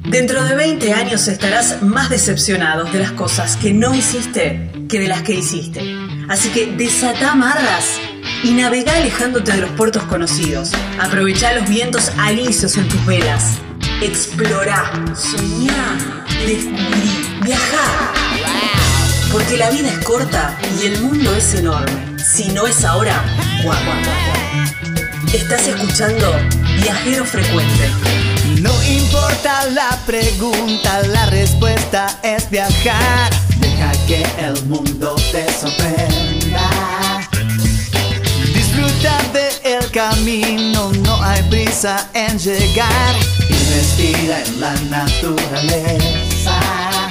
Dentro de 20 años estarás más decepcionado de las cosas que no hiciste que de las que hiciste. Así que desatá amarras y navegá alejándote de los puertos conocidos. Aprovechá los vientos alisios en tus velas. Explorá, soñá, descubrí, viajá. Porque la vida es corta y el mundo es enorme. Si no es ahora, ¿cuándo? Estás escuchando Viajero Frecuente. No importa la pregunta, la respuesta es viajar. Deja que el mundo te sorprenda. Disfruta del camino, no hay prisa en llegar. Y respira en la naturaleza.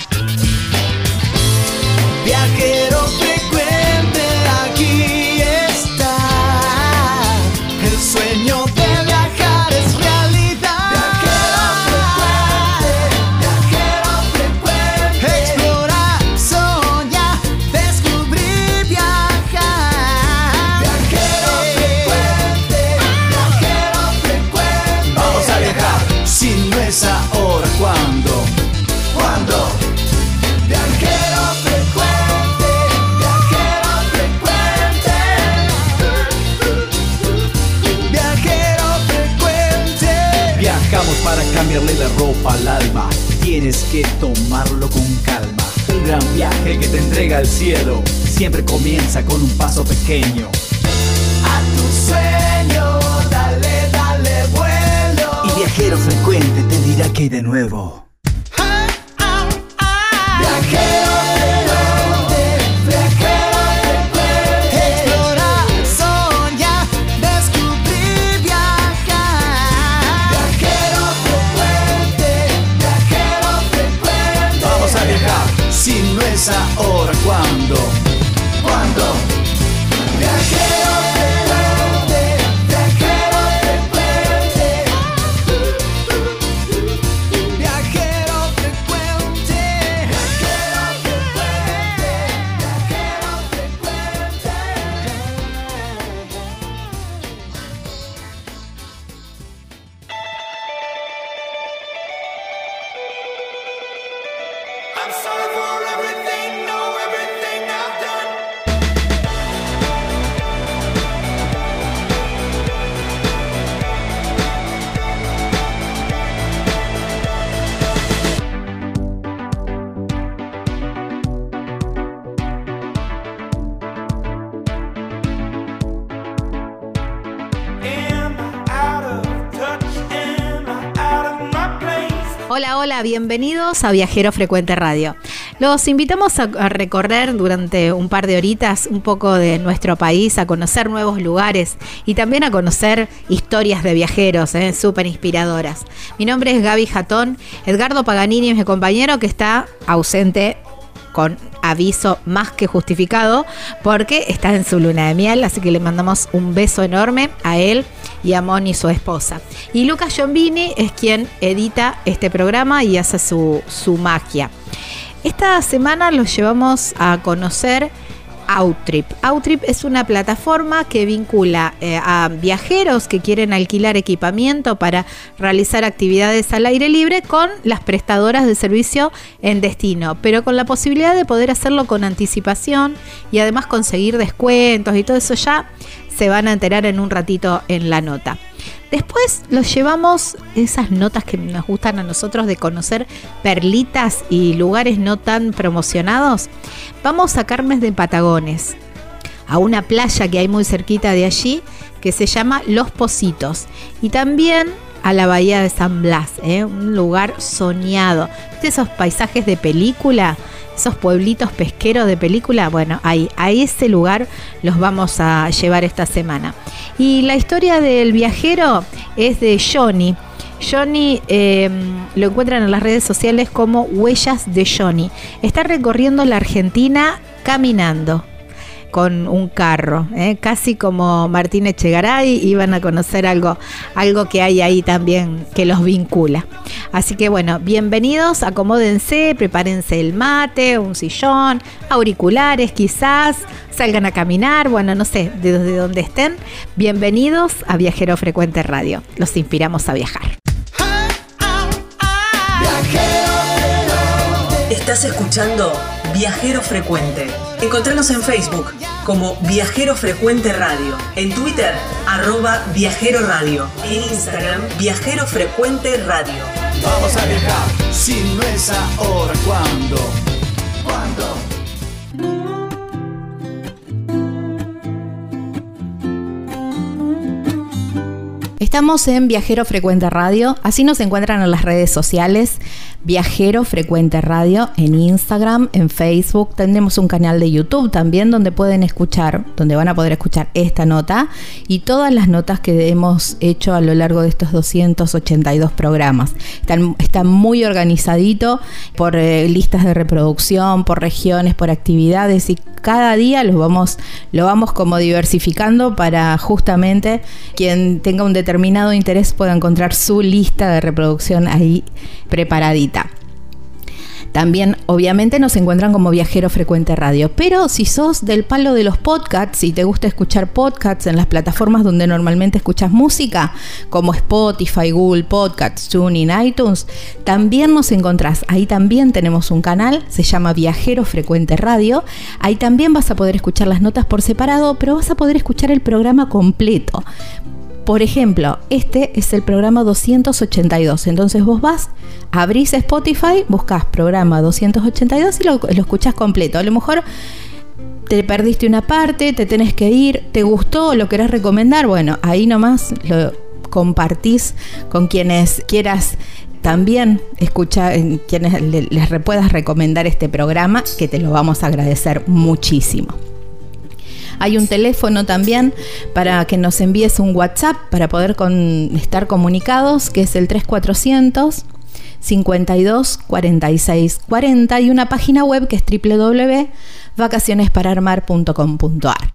Viajero frecuente, aquí está. El sueño de viajar es realidad. Viajero frecuente, explorar, soñar, descubrir, viajar. Viajero frecuente, vamos a viajar. Si no es ahora, ¿cuándo? Viajero frecuente, viajero frecuente. Viajamos para cambiarle la ropa al alma. Tienes que tomarlo con calma. Un gran viaje que te entrega al cielo. Siempre comienza con un paso pequeño. A tu sueño, dale, dale vuelo. Y Viajero Frecuente te dirá que hay de nuevo. Viajero frecuente, explorar, soñar, descubrir, viajar. Viajero frecuente, vamos a viajar. Si no es ahora, ¿cuándo? Viajero frecuente, viajero frecuente. Viajero frecuente, viajero frecuente. I'm sorry for everything, no, everything I've done. Am I out of touch? Am I out of my place? Hola, bienvenidos a Viajero Frecuente Radio. Los invitamos a recorrer durante un par de horitas un poco de nuestro país, a conocer nuevos lugares y también a conocer historias de viajeros, súper inspiradoras. Mi nombre es Gaby Jatón, Edgardo Paganini es mi compañero que está ausente con aviso más que justificado porque está en su luna de miel, así que le mandamos un beso enorme a él y a Moni, su esposa. Y Lucas Giombini es quien edita este programa y hace su magia. Esta semana los llevamos a conocer Outrip. Outrip es una plataforma que vincula a viajeros que quieren alquilar equipamiento para realizar actividades al aire libre con las prestadoras de servicio en destino, pero con la posibilidad de poder hacerlo con anticipación y además conseguir descuentos y todo eso ya se van a enterar en un ratito en la nota. Después los llevamos, esas notas que nos gustan a nosotros de conocer perlitas y lugares no tan promocionados. Vamos a Carmes de Patagones, a una playa que hay muy cerquita de allí que se llama Los Pocitos, y también a la bahía de San Blas, un lugar soñado. ¿Viste esos paisajes de película? Esos pueblitos pesqueros de película, bueno, ahí, a ese lugar los vamos a llevar esta semana. Y la historia del viajero es de Johnny. Johnny lo encuentran en las redes sociales como Huellas de Johnny. Está recorriendo la Argentina caminando con un carro, casi como Martín Echegaray. Iban a conocer algo que hay ahí también que los vincula. Así que bueno, bienvenidos, acomódense, prepárense el mate, un sillón, auriculares quizás, salgan a caminar, bueno, no sé, desde donde estén. Bienvenidos a Viajero Frecuente Radio, los inspiramos a viajar. Viajero Estás escuchando Viajero Frecuente. Encontranos en Facebook como Viajero Frecuente Radio, en Twitter @Viajero Radio, en Instagram Viajero Frecuente Radio. Vamos a viajar, si no es ahora, ¿cuándo? ¿Cuándo? Estamos en Viajero Frecuente Radio, así nos encuentran en las redes sociales, Viajero Frecuente Radio, en Instagram, en Facebook. Tenemos un canal de YouTube también donde van a poder escuchar esta nota y todas las notas que hemos hecho a lo largo de estos 282 programas. Está muy organizadito por listas de reproducción, por regiones, por actividades, y cada día lo vamos como diversificando para justamente quien tenga un determinado interés pueda encontrar su lista de reproducción ahí preparadita. También, obviamente, nos encuentran como Viajero Frecuente Radio. Pero si sos del palo de los podcasts y te gusta escuchar podcasts en las plataformas donde normalmente escuchas música, como Spotify, Google Podcasts, TuneIn, iTunes, también nos encontrás. Ahí también tenemos un canal, se llama Viajero Frecuente Radio. Ahí también vas a poder escuchar las notas por separado, pero vas a poder escuchar el programa completo. Por ejemplo, este es el programa 282. Entonces vos abrís Spotify, buscás programa 282 y lo escuchás completo. A lo mejor te perdiste una parte, te tenés que ir, te gustó, lo querés recomendar. Bueno, ahí nomás lo compartís con quienes quieras también escuchar, quienes les puedas recomendar este programa, que te lo vamos a agradecer muchísimo. Hay un teléfono también para que nos envíes un WhatsApp para poder estar comunicados, que es el 3400 52 46 40, y una página web que es www.vacacionespararmar.com.ar.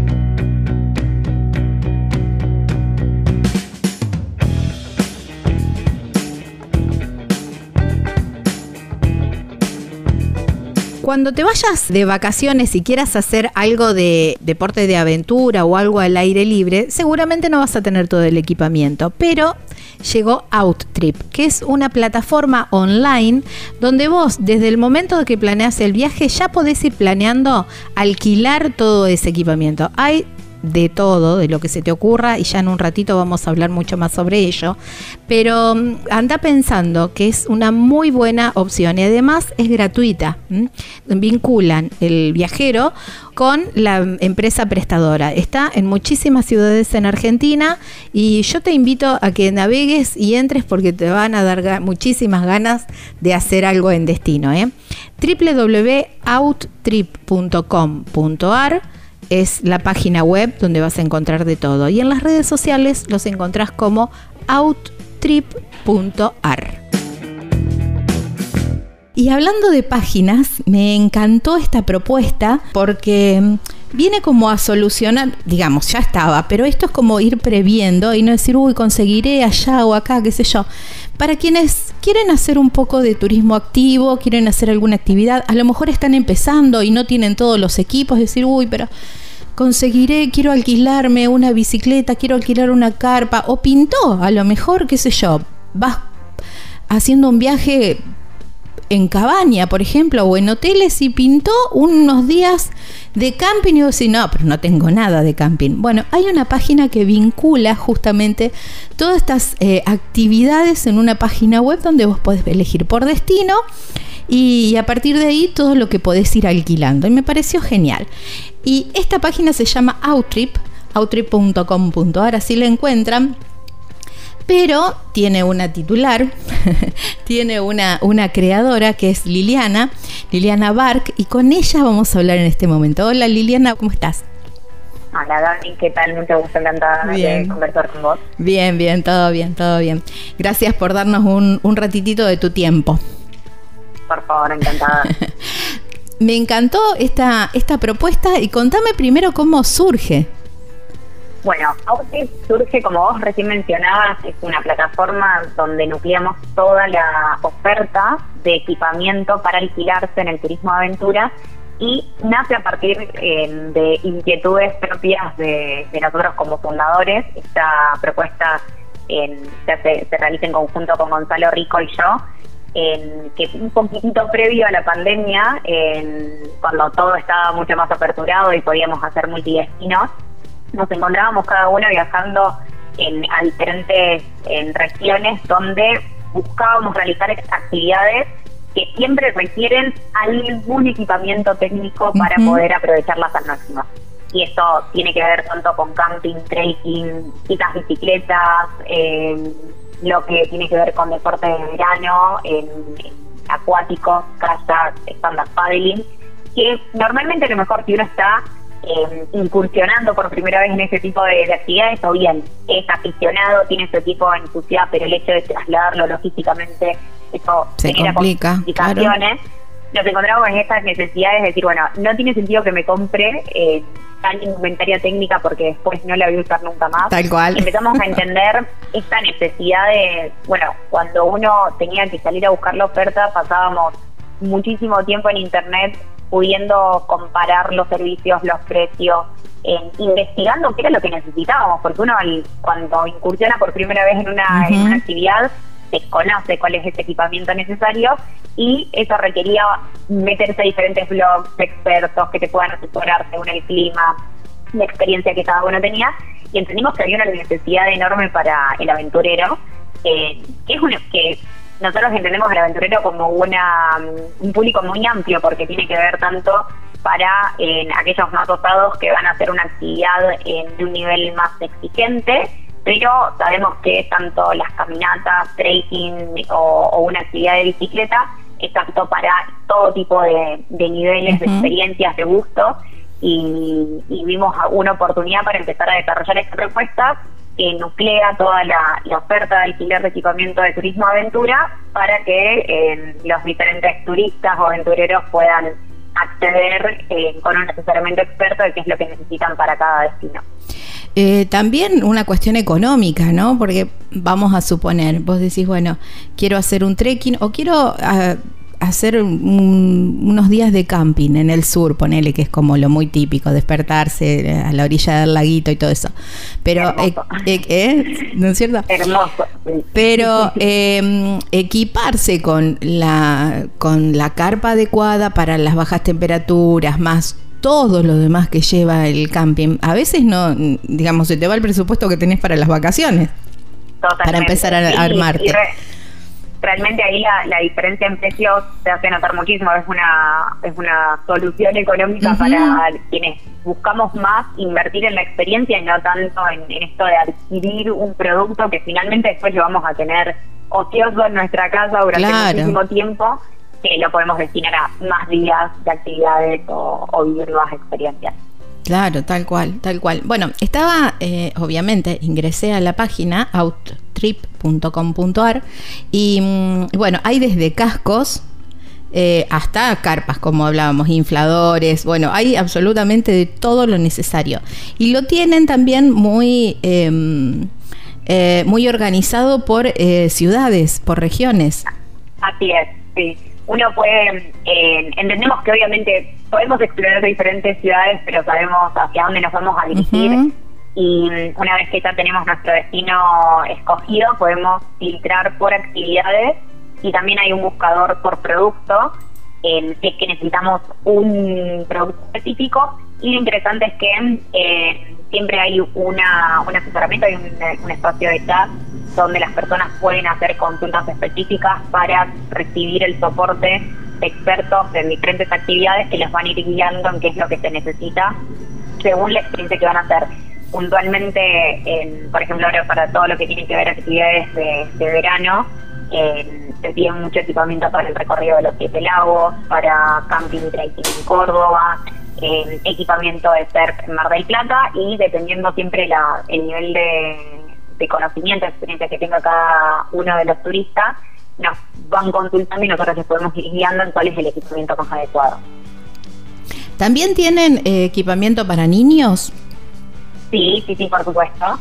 Cuando te vayas de vacaciones y quieras hacer algo de deporte de aventura o algo al aire libre, seguramente no vas a tener todo el equipamiento, pero llegó OutTrip, que es una plataforma online donde vos, desde el momento de que planeas el viaje, ya podés ir planeando alquilar todo ese equipamiento. Hay de todo, de lo que se te ocurra, y ya en un ratito vamos a hablar mucho más sobre ello, pero anda pensando que es una muy buena opción y además es gratuita. Vinculan el viajero con la empresa prestadora. Está en muchísimas ciudades en Argentina y yo te invito a que navegues y entres porque te van a dar muchísimas ganas de hacer algo en destino. www.outtrip.com.ar es la página web donde vas a encontrar de todo. Y en las redes sociales los encontrás como outtrip.ar. Y hablando de páginas, me encantó esta propuesta porque viene como a solucionar, digamos, ya estaba, pero esto es como ir previendo y no decir, conseguiré allá o acá, qué sé yo. Para quienes quieren hacer un poco de turismo activo, quieren hacer alguna actividad, a lo mejor están empezando y no tienen todos los equipos, decir, pero conseguiré, quiero alquilarme una bicicleta, quiero alquilar una carpa, o pintó, a lo mejor, qué sé yo, vas haciendo un viaje en cabaña, por ejemplo, o en hoteles y pintó unos días de camping y vos decís, no, pero no tengo nada de camping. Bueno, hay una página que vincula justamente todas estas actividades en una página web donde vos podés elegir por destino y a partir de ahí todo lo que podés ir alquilando. Y me pareció genial. Y esta página se llama OutTrip, outtrip.com.ar, así la encuentran. Pero tiene una titular, tiene una creadora que es Liliana Bark, y con ella vamos a hablar en este momento. Hola Liliana, ¿cómo estás? Hola Gaby, ¿qué tal? Mucho gusto, encantada de conversar con vos. Bien, todo bien. Gracias por darnos un ratitito de tu tiempo. Por favor, encantada. Me encantó esta propuesta y contame primero cómo surge. Bueno, OutTrip surge, como vos recién mencionabas, es una plataforma donde nucleamos toda la oferta de equipamiento para alquilarse en el turismo de aventura y nace a partir de inquietudes propias de nosotros como fundadores. Esta propuesta se realiza en conjunto con Gonzalo Rico y yo, que un poquitito previo a la pandemia, cuando todo estaba mucho más aperturado y podíamos hacer multidestinos, nos encontrábamos cada uno viajando a diferentes regiones donde buscábamos realizar actividades que siempre requieren algún equipamiento técnico para poder aprovecharlas al máximo. Y esto tiene que ver tanto con camping, trekking, citas bicicletas, lo que tiene que ver con deporte de verano, acuáticos, kayak, stand-up paddling, que normalmente a lo mejor si uno está incursionando por primera vez en ese tipo de actividades, o bien es aficionado, tiene ese tipo en su ciudad, pero el hecho de trasladarlo logísticamente, eso se genera complicaciones. Claro. Nos encontramos en estas necesidades de decir, bueno, no tiene sentido que me compre tal indumentaria técnica porque después no la voy a usar nunca más. Tal cual. Empezamos a entender esta necesidad de, bueno, cuando uno tenía que salir a buscar la oferta, pasábamos muchísimo tiempo en internet pudiendo comparar los servicios, los precios, investigando qué era lo que necesitábamos, porque uno cuando incursiona por primera vez en una actividad desconoce cuál es ese equipamiento necesario, y eso requería meterse a diferentes blogs de expertos que te puedan asesorar según el clima, la experiencia que cada uno tenía, y entendimos que había una necesidad enorme para el aventurero, que nosotros entendemos al aventurero como un público muy amplio, porque tiene que ver tanto para aquellos más dotados que van a hacer una actividad de un nivel más exigente, pero sabemos que tanto las caminatas, trekking o una actividad de bicicleta es apto para todo tipo de niveles, de experiencias, de gustos, y vimos una oportunidad para empezar a desarrollar esta propuesta que nuclea toda la oferta de alquiler de equipamiento de turismo aventura para que los diferentes turistas o aventureros puedan acceder con un asesoramiento experto de qué es lo que necesitan para cada destino. También una cuestión económica, ¿no? Porque vamos a suponer, vos decís, bueno, quiero hacer un trekking o quiero hacer unos días de camping en el sur, ponele, que es como lo muy típico, despertarse a la orilla del laguito y todo eso. Pero, ¿no es cierto? Hermoso. Sí. Pero equiparse con la carpa adecuada para las bajas temperaturas, más todo lo demás que lleva el camping, a veces no, digamos, se te va el presupuesto que tenés para las vacaciones. Totalmente. Para empezar a armarte. Y realmente ahí la diferencia en precios se hace notar muchísimo. Es una solución económica para quienes buscamos más invertir en la experiencia y no tanto en esto de adquirir un producto que finalmente después lo vamos a tener ocioso en nuestra casa durante muchísimo tiempo, que lo podemos destinar a más días de actividades o vivir nuevas experiencias. Claro, tal cual. Bueno, estaba, obviamente, ingresé a la página outtrip.com.ar y bueno, hay desde cascos hasta carpas, como hablábamos, infladores, bueno, hay absolutamente de todo lo necesario. Y lo tienen también muy organizado por ciudades, por regiones. Así es, sí. Uno puede, entendemos que obviamente podemos explorar diferentes ciudades, pero sabemos hacia dónde nos vamos a dirigir, y una vez que ya tenemos nuestro destino escogido, podemos filtrar por actividades, y también hay un buscador por producto, si es que necesitamos un producto específico, y lo interesante es que siempre hay un asesoramiento, hay un espacio de chat donde las personas pueden hacer consultas específicas para recibir el soporte de expertos en diferentes actividades que les van a ir guiando en qué es lo que se necesita según la experiencia que van a hacer. Puntualmente, por ejemplo, ahora para todo lo que tiene que ver actividades de verano, se pide mucho equipamiento para el recorrido de los 7 lagos, para camping y trekking en Córdoba, equipamiento de surf en Mar del Plata, y dependiendo siempre el nivel de conocimiento, de experiencia que tenga cada uno de los turistas, nos van consultando y nosotros les podemos ir guiando en cuál es el equipamiento más adecuado. ¿También tienen equipamiento para niños? Sí, por supuesto.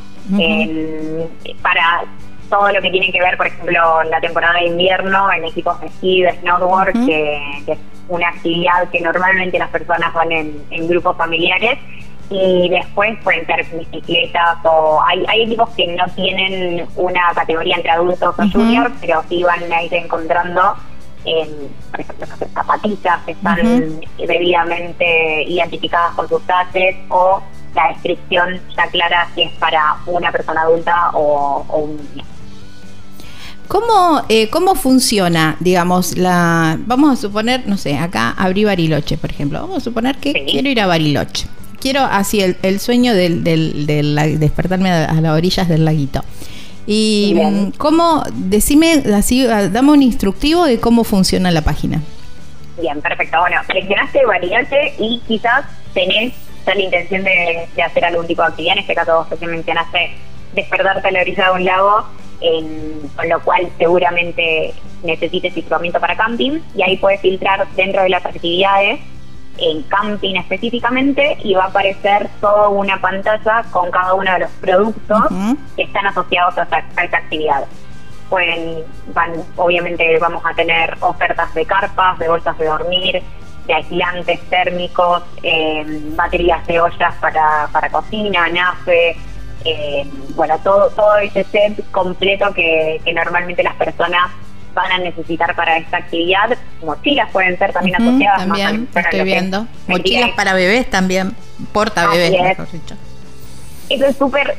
Para todo lo que tiene que ver, por ejemplo, en la temporada de invierno, en equipos de esquí, de snowboard, que es una actividad que normalmente las personas van en grupos familiares, Y después pueden ser bicicletas o hay equipos que no tienen una categoría entre adultos o junior, pero sí van a ir encontrando, por ejemplo, zapatillas que están debidamente identificadas con sus tases, o la descripción ya clara si es para una persona adulta o un niño. ¿Cómo funciona, digamos, vamos a suponer, no sé, acá abrí Bariloche, por ejemplo, vamos a suponer que quiero ir a Bariloche, quiero así el sueño del despertarme a las orillas del laguito. Y ¿cómo? Decime así, dame un instructivo de cómo funciona la página. Bien, perfecto. Bueno, seleccionaste Bariloche y quizás tenés ya la intención de hacer algún tipo de actividad. En este caso vos que mencionaste despertarte a la orilla de un lago, con lo cual seguramente necesites equipamiento para camping, y ahí puedes filtrar dentro de las actividades en camping específicamente, y va a aparecer toda una pantalla con cada uno de los productos que están asociados a esta actividad. Obviamente vamos a tener ofertas de carpas, de bolsas de dormir, de aislantes térmicos, baterías de ollas para cocina, nafe, todo ese set completo que normalmente las personas van a necesitar para esta actividad. Mochilas pueden ser también asociadas. También, estoy viendo. Mochilas para bebés también, porta bebés, mejor dicho. Eso es súper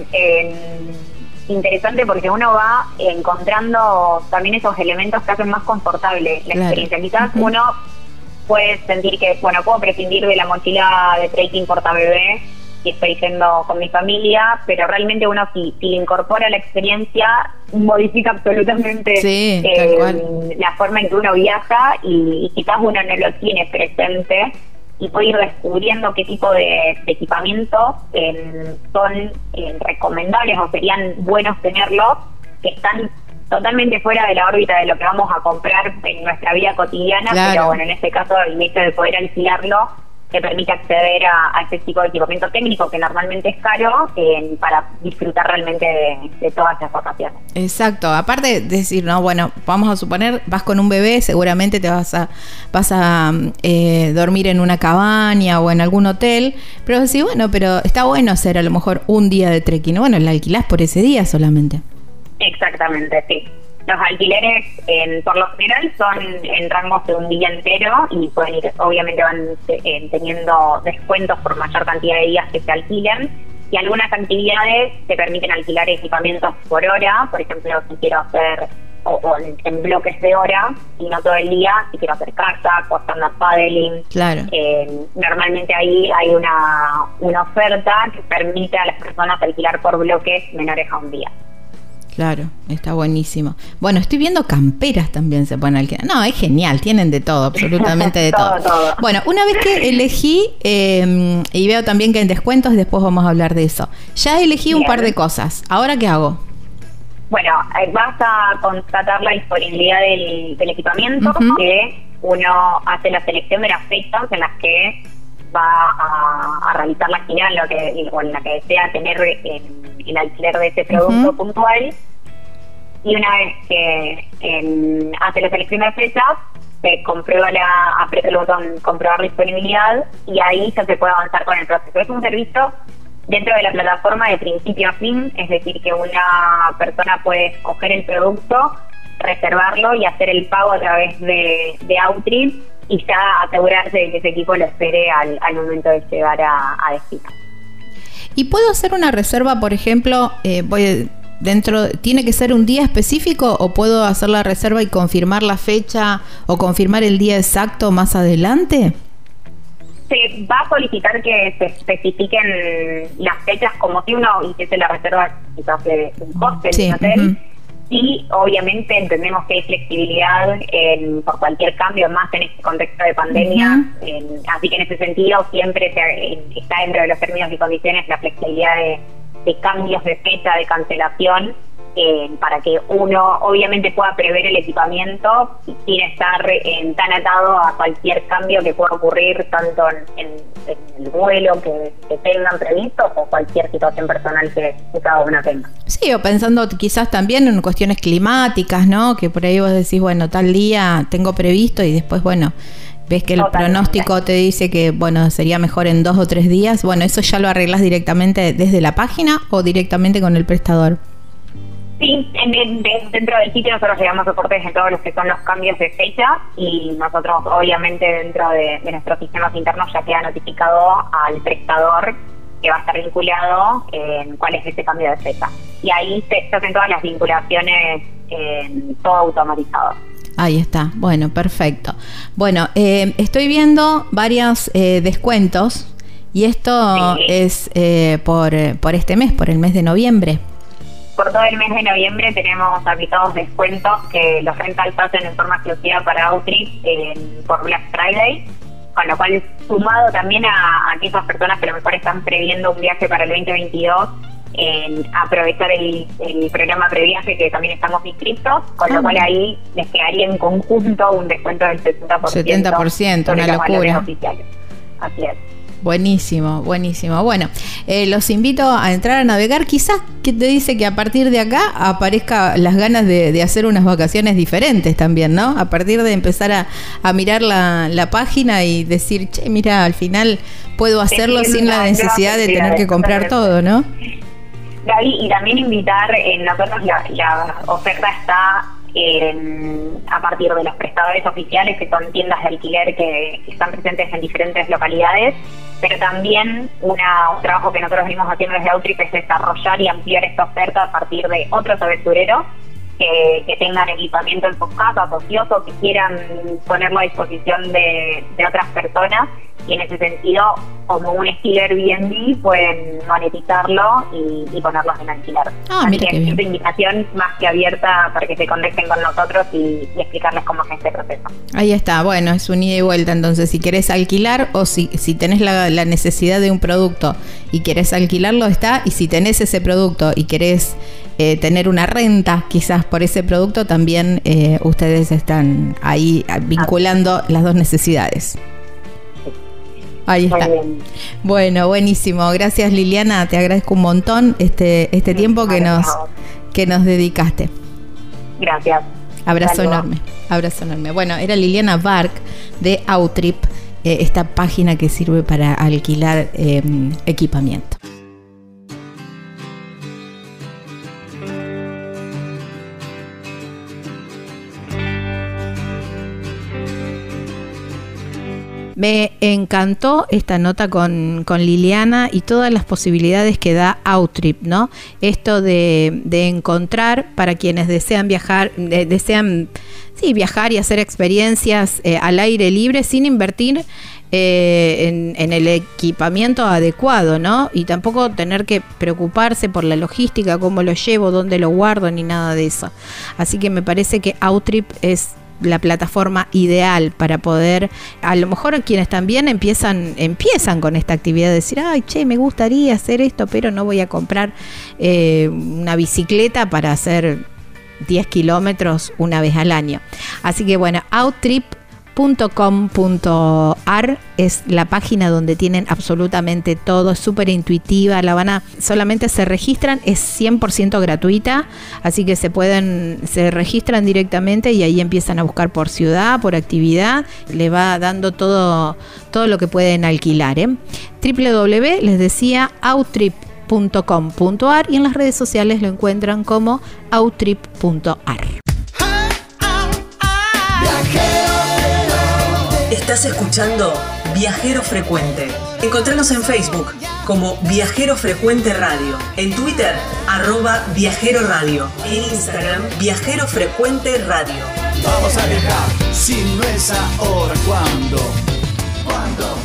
interesante, porque uno va encontrando también esos elementos que hacen más confortable la experiencia. Quizás uno puede sentir que, puedo prescindir de la mochila de trekking porta bebé si estoy yendo con mi familia, pero realmente uno si le incorpora la experiencia, modifica absolutamente la forma en que uno viaja, y quizás uno no lo tiene presente, y puede ir descubriendo qué tipo de equipamientos son recomendables o serían buenos tenerlos, que están totalmente fuera de la órbita de lo que vamos a comprar en nuestra vida cotidiana, pero en este caso el hecho de poder alquilarlo te permite acceder a este tipo de equipamiento técnico que normalmente es caro, para disfrutar realmente de todas esas vacaciones. Exacto, aparte de decir, vamos a suponer, vas con un bebé, seguramente te vas a dormir en una cabaña o en algún hotel, pero decís, pero está bueno hacer a lo mejor un día de trekking, la alquilás por ese día solamente. Exactamente, sí. Los alquileres por lo general son en rangos de un día entero, y pueden ir, obviamente van teniendo descuentos por mayor cantidad de días que se alquilen, y algunas actividades te permiten alquilar equipamientos por hora. Por ejemplo, si quiero hacer o en bloques de hora y no todo el día, si quiero hacer kayak o stand-up paddling. Normalmente ahí hay una oferta que permite a las personas alquilar por bloques menores a un día. Claro, está buenísimo. Estoy viendo camperas también se pueden alquilar. No, es genial, tienen de todo, absolutamente de todo. Una vez que elegí, y veo también que en descuentos, después vamos a hablar de eso. Ya elegí un par de cosas. ¿Ahora qué hago? Vas a constatar la disponibilidad del equipamiento, que uno hace la selección de las fechas en las que va a realizar la actividad en la que desea tener el alquiler de ese producto puntual, y una vez que hace la selección de fechas, se aprieta el botón comprobar disponibilidad, y ahí ya se puede avanzar con el proceso. Es un servicio dentro de la plataforma de principio a fin, es decir, que una persona puede escoger el producto, reservarlo y hacer el pago a través de Outreach, y ya asegurarse de que ese equipo lo espere al momento de llegar a destino. ¿Y puedo hacer una reserva, por ejemplo, tiene que ser un día específico, o puedo hacer la reserva y confirmar la fecha o confirmar el día exacto más adelante? Se va a solicitar que se especifiquen las fechas, como si uno hiciese la reserva quizás de un hostel, de un hotel. Sí, obviamente entendemos que hay flexibilidad por cualquier cambio, más en este contexto de pandemia, así que en ese sentido siempre está dentro de los términos y condiciones la flexibilidad de cambios de fecha, de cancelación, para que uno obviamente pueda prever el equipamiento sin estar tan atado a cualquier cambio que pueda ocurrir, tanto en el vuelo que tengan previsto, o cualquier situación personal que cada uno tenga. Sí, o pensando quizás también en cuestiones climáticas, ¿no? Que por ahí vos decís, tal día tengo previsto, y después, ves que el Totalmente. pronóstico te dice que, bueno, sería mejor en 2 o 3 días, bueno, ¿eso ya lo arreglas directamente desde la página o directamente con el prestador? Sí, dentro del sitio nosotros llevamos soportes en todos los que son los cambios de fecha y nosotros obviamente dentro de nuestros sistemas internos ya queda notificado al prestador que va a estar vinculado en cuál es ese cambio de fecha. Y ahí se hacen todas las vinculaciones, todo automatizado. Ahí está, bueno, perfecto. Bueno, estoy viendo varios descuentos y esto Sí. es por este mes, por el mes de noviembre. Por todo el mes de noviembre tenemos aplicados descuentos que los rentals hacen en forma exclusiva para Outrip por Black Friday, con lo cual sumado también a aquellas personas que a lo mejor están previendo un viaje para el 2022, aprovechar el programa previaje que también estamos inscritos, con lo cual ahí les quedaría en conjunto un descuento del 70%, sobre una los valores locura. oficiales. Así es. Buenísimo, buenísimo. Bueno, los invito a entrar a navegar. Quizás que te dice que a partir de acá aparezca las ganas de hacer unas vacaciones diferentes también, ¿no? A partir de empezar a mirar la página y decir, che, mira, al final puedo hacerlo sin la necesidad de tener que comprar todo, ¿no? Gaby, y también invitar, nosotros la oferta está a partir de los prestadores oficiales, que son tiendas de alquiler que están presentes en diferentes localidades, pero también un trabajo que nosotros venimos haciendo desde Outrip es desarrollar y ampliar esta oferta a partir de otros aventureros que tengan equipamiento en sus casas, ocioso, que quieran ponerlo a disposición de otras personas, y en ese sentido, como un estilo Airbnb, pueden monetizarlo y ponerlos en alquiler. Ah, así mira que qué es bien. una invitación más que abierta para que se conecten con nosotros y explicarles cómo es este proceso. Ahí está, bueno, es un ida y vuelta. Entonces, si querés alquilar o si tenés la necesidad de un producto y querés alquilarlo, está. Y si tenés ese producto y querés tener una renta quizás por ese producto, también ustedes están ahí vinculando las dos necesidades. Ahí está. Muy bien. Bueno, buenísimo. Gracias, Liliana. Te agradezco un montón este tiempo que nos dedicaste. Gracias. Abrazo Saludos. enorme. Abrazo enorme. Bueno, era Liliana Bark de Outrip, esta página que sirve para alquilar equipamiento. Me encantó esta nota con Liliana y todas las posibilidades que da Outrip, ¿no? Esto de encontrar para quienes desean viajar, viajar y hacer experiencias al aire libre sin invertir en el equipamiento adecuado, ¿no? Y tampoco tener que preocuparse por la logística, cómo lo llevo, dónde lo guardo, ni nada de eso. Así que me parece que Outrip es la plataforma ideal para poder, a lo mejor quienes también empiezan con esta actividad de decir, ay, che, me gustaría hacer esto, pero no voy a comprar una bicicleta para hacer 10 kilómetros una vez al año. Así que bueno, outrip.com.ar es la página donde tienen absolutamente todo, es súper intuitiva, solamente se registran, es 100% gratuita, así que se registran directamente y ahí empiezan a buscar por ciudad, por actividad, le va dando todo lo que pueden alquilar, www, les decía, outrip.com.ar, y en las redes sociales lo encuentran como outrip.ar. Estás escuchando Viajero Frecuente. Encontranos en Facebook como Viajero Frecuente Radio, en Twitter @Viajero Radio, en Instagram Viajero Frecuente Radio. Vamos a viajar, si no es ahora, ¿cuándo? ¿Cuándo?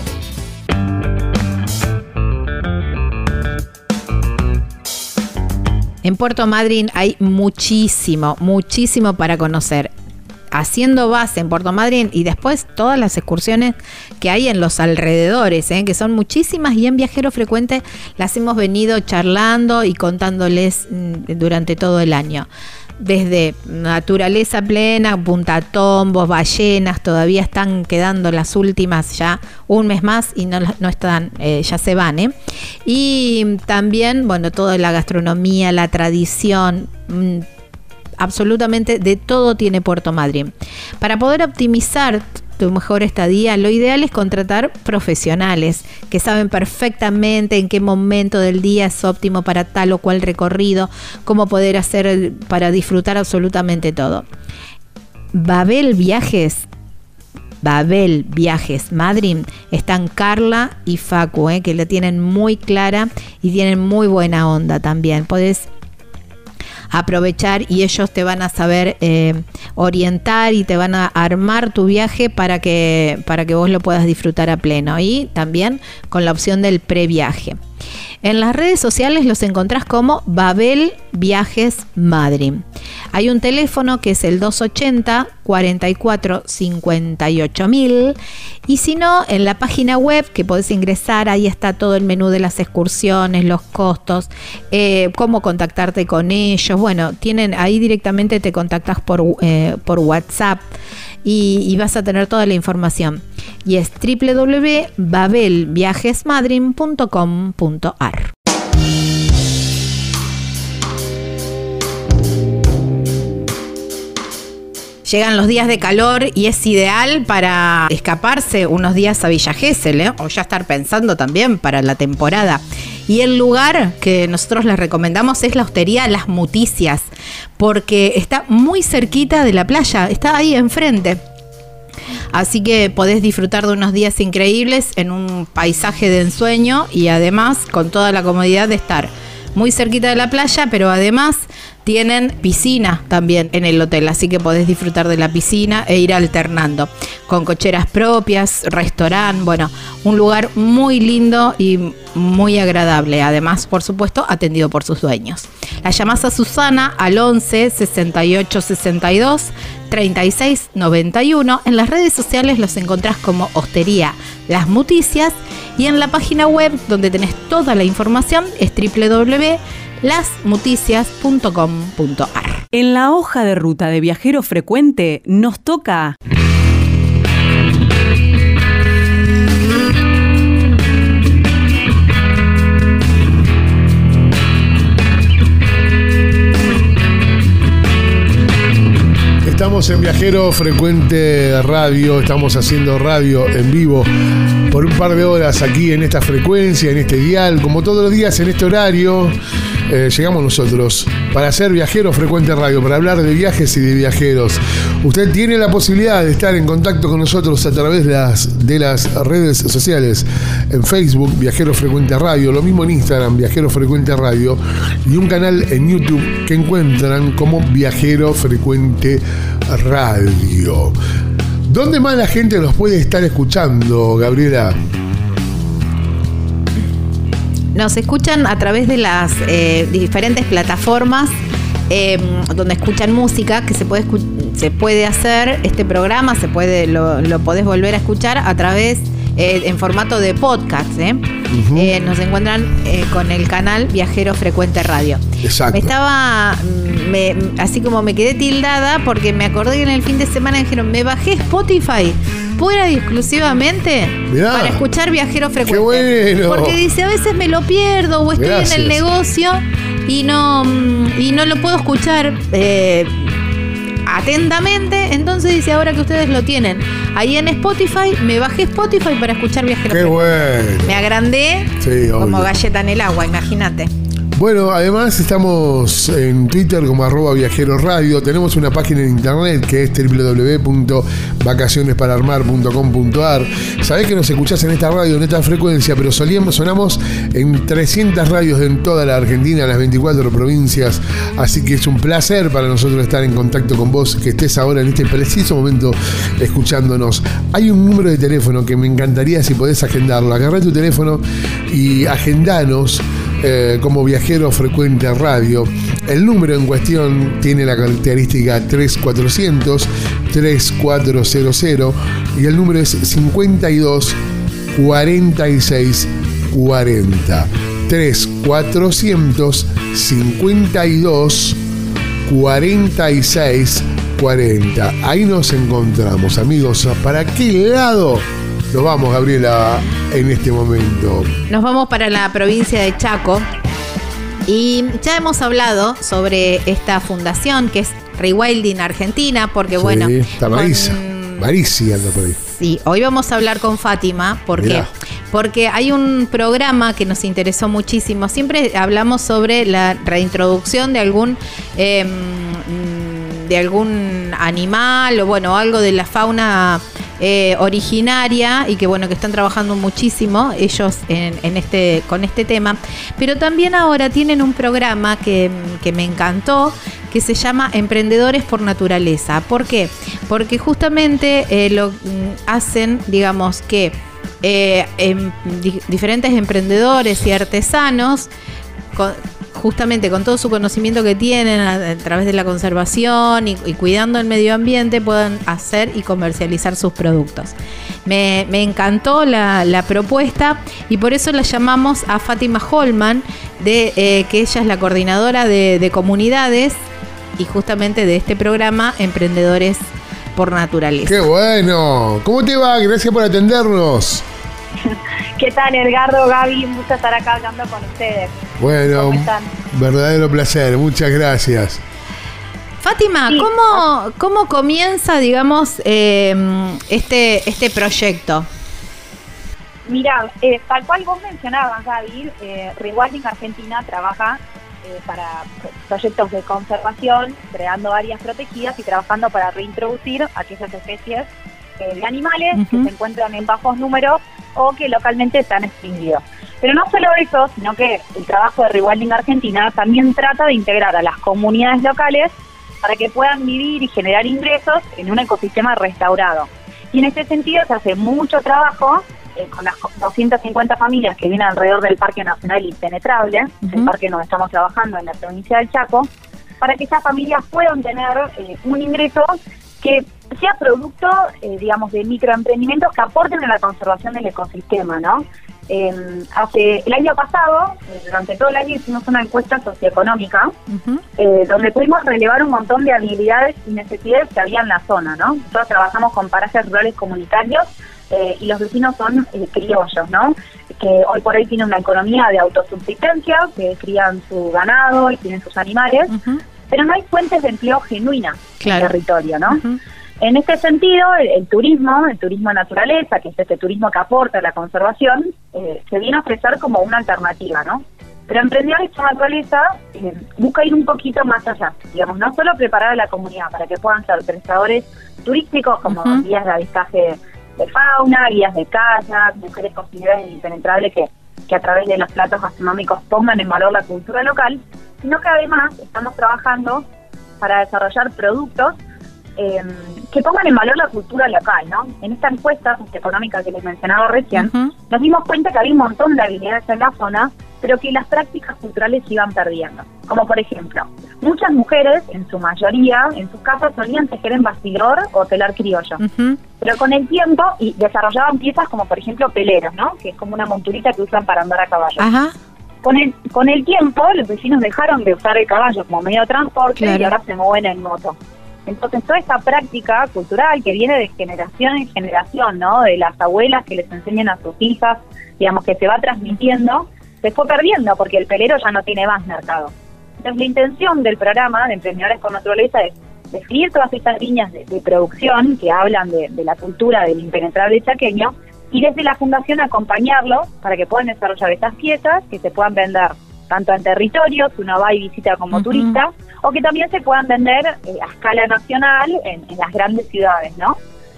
En Puerto Madryn hay muchísimo para conocer. Haciendo base en Puerto Madryn y después todas las excursiones que hay en los alrededores, que son muchísimas, y en Viajero Frecuente las hemos venido charlando y contándoles durante todo el año. Desde naturaleza plena, Punta Tombos, ballenas, todavía están quedando las últimas, ya un mes más y no están, ya se van, y también, bueno, toda la gastronomía, la tradición, absolutamente de todo tiene Puerto Madryn. Para poder optimizar tu mejor estadía, lo ideal es contratar profesionales que saben perfectamente en qué momento del día es óptimo para tal o cual recorrido, cómo poder hacer para disfrutar absolutamente todo. Babel Viajes Madrid, están Carla y Facu, que la tienen muy clara y tienen muy buena onda también. Podés aprovechar y ellos te van a saber orientar y te van a armar tu viaje para que vos lo puedas disfrutar a pleno, y también con la opción del previaje. En las redes sociales los encontrás como Babel Viajes Madrid. Hay un teléfono que es el 280 44 58 000, y si no, en la página web que podés ingresar, ahí está todo el menú de las excursiones, los costos, cómo contactarte con ellos. Bueno, tienen ahí directamente, te contactas por WhatsApp y vas a tener toda la información. Y es www.babelviajesmadrid.com.ar. Llegan los días de calor y es ideal para escaparse unos días a Villa Gesell, o ya estar pensando también para la temporada. Y el lugar que nosotros les recomendamos es la hostería Las Muticias, porque está muy cerquita de la playa, está ahí enfrente. Así que podés disfrutar de unos días increíbles en un paisaje de ensueño, y además con toda la comodidad de estar muy cerquita de la playa, pero además tienen piscina también en el hotel, así que podés disfrutar de la piscina e ir alternando con cocheras propias, restaurante. Bueno, un lugar muy lindo y muy agradable, además, por supuesto, atendido por sus dueños. La llamás a Susana al 11 68 62 36 91. En las redes sociales los encontrás como Hostería Las Muticias, y en la página web donde tenés toda la información es www.lasmuticias.com.ar. En la hoja de ruta de Viajero Frecuente nos toca... Estamos en Viajero Frecuente Radio, estamos haciendo radio en vivo por un par de horas aquí en esta frecuencia, en este dial, como todos los días en este horario. Llegamos nosotros para hacer Viajero Frecuente Radio, para hablar de viajes y de viajeros. Usted tiene la posibilidad de estar en contacto con nosotros a través de las redes sociales. En Facebook, Viajero Frecuente Radio, lo mismo en Instagram, Viajero Frecuente Radio, y un canal en YouTube que encuentran como Viajero Frecuente Radio. ¿Dónde más la gente nos puede estar escuchando, Gabriela? Nos escuchan a través de las diferentes plataformas donde escuchan música, que se puede hacer este programa, lo podés volver a escuchar a través en formato de podcast. Nos encuentran con el canal Viajero Frecuente Radio. Exacto. Así como me quedé tildada porque me acordé que en el fin de semana dijeron, me bajé Spotify pura y exclusivamente para escuchar Viajero Frecuente. ¡Qué bueno! Porque dice, a veces me lo pierdo o estoy en el negocio y no lo puedo escuchar atentamente. Entonces dice, ahora que ustedes lo tienen ahí en Spotify, me bajé Spotify para escuchar Viajero ¡Qué Frecuente. bueno! Me agrandé como galleta en el agua, imagínate. Bueno, además estamos en Twitter como @viajeroradio. Tenemos una página en internet que es www.vacacionespararmar.com.ar. Sabés que nos escuchás en esta radio, en esta frecuencia, pero sonamos en 300 radios en toda la Argentina, en las 24 provincias. Así que es un placer para nosotros estar en contacto con vos, que estés ahora en este preciso momento escuchándonos. Hay un número de teléfono que me encantaría si podés agendarlo. Agarrá tu teléfono y agendanos como Viajero Frecuente Radio. El número en cuestión tiene la característica 3400-3400 y el número es 52 46 40. 3400 52 46 40. Ahí nos encontramos, amigos. ¿Para qué lado nos vamos, Gabriela, en este momento? Nos vamos para la provincia de Chaco y ya hemos hablado sobre esta fundación que es Rewilding Argentina, porque sí, bueno... está Marisa anda por ahí. Sí, hoy vamos a hablar con Fátima, porque hay un programa que nos interesó muchísimo. Siempre hablamos sobre la reintroducción de algún animal o bueno, algo de la fauna originaria, y que bueno, que están trabajando muchísimo ellos con este tema. Pero también ahora tienen un programa que me encantó, que se llama Emprendedores por Naturaleza. ¿Por qué? Porque justamente lo hacen, digamos que diferentes emprendedores y artesanos, justamente con todo su conocimiento que tienen a través de la conservación y cuidando el medio ambiente, puedan hacer y comercializar sus productos. Me encantó la propuesta, y por eso la llamamos a Fátima Holman, que ella es la coordinadora de comunidades y justamente de este programa Emprendedores por Naturaleza. ¡Qué bueno! ¿Cómo te va? Gracias por atendernos. ¿Qué tal, Edgardo, Gaby? Un gusto estar acá hablando con ustedes. Bueno, ¿Cómo están? Verdadero placer, muchas gracias. Fátima, Sí. ¿Cómo comienza, digamos, este proyecto? Mira, tal cual vos mencionabas, Gaby, Rewilding Argentina trabaja para proyectos de conservación, creando áreas protegidas y trabajando para reintroducir aquellas especies de animales que se encuentran en bajos números o que localmente están extinguidos. Pero no solo eso, sino que el trabajo de Rewilding Argentina también trata de integrar a las comunidades locales para que puedan vivir y generar ingresos en un ecosistema restaurado. Y en este sentido se hace mucho trabajo con las 250 familias que vienen alrededor del Parque Nacional Impenetrable, el parque donde estamos trabajando en la provincia del Chaco, para que esas familias puedan tener un ingreso que sea producto, digamos, de microemprendimientos que aporten a la conservación del ecosistema, ¿no? El año pasado, durante todo el año, hicimos una encuesta socioeconómica donde pudimos relevar un montón de habilidades y necesidades que había en la zona, ¿no? Nosotros trabajamos con parajes rurales comunitarios y los vecinos son criollos, ¿no? Que hoy por hoy tienen una economía de autosubsistencia, que crían su ganado y tienen sus animales, pero no hay fuentes de empleo genuinas en el territorio, ¿no? En este sentido, el turismo naturaleza, que es este turismo que aporta a la conservación, se viene a ofrecer como una alternativa, ¿no? Pero Emprendedores por Naturaleza busca ir un poquito más allá, digamos, no solo preparar a la comunidad para que puedan ser prestadores turísticos como guías de avistaje de fauna, guías de kayak, mujeres cocineras impenetrables que a través de los platos gastronómicos pongan en valor la cultura local, sino que además estamos trabajando para desarrollar productos que pongan en valor la cultura local, ¿no? En esta encuesta socioeconómica que les mencionaba recién, nos dimos cuenta que había un montón de habilidades en la zona, pero que las prácticas culturales se iban perdiendo. Como por ejemplo, muchas mujeres, en su mayoría, en sus casas solían tejer en bastidor o telar criollo. Pero con el tiempo, y desarrollaban piezas como por ejemplo peleros, ¿no? Que es como una monturita que usan para andar a caballo. Con el tiempo, los vecinos dejaron de usar el caballo como medio de transporte y ahora se mueven en moto. Entonces, toda esta práctica cultural que viene de generación en generación, ¿no? De las abuelas que les enseñan a sus hijas, digamos, que se va transmitiendo, se fue perdiendo porque el pelero ya no tiene más mercado. Entonces, la intención del programa de Emprendedores por Naturaleza es definir todas estas líneas de producción que hablan de la cultura del impenetrable chaqueño y desde la fundación acompañarlos para que puedan desarrollar estas piezas que se puedan vender tanto en territorios, que uno va y visita como turista, o que también se puedan vender a escala nacional en las grandes ciudades, ¿no?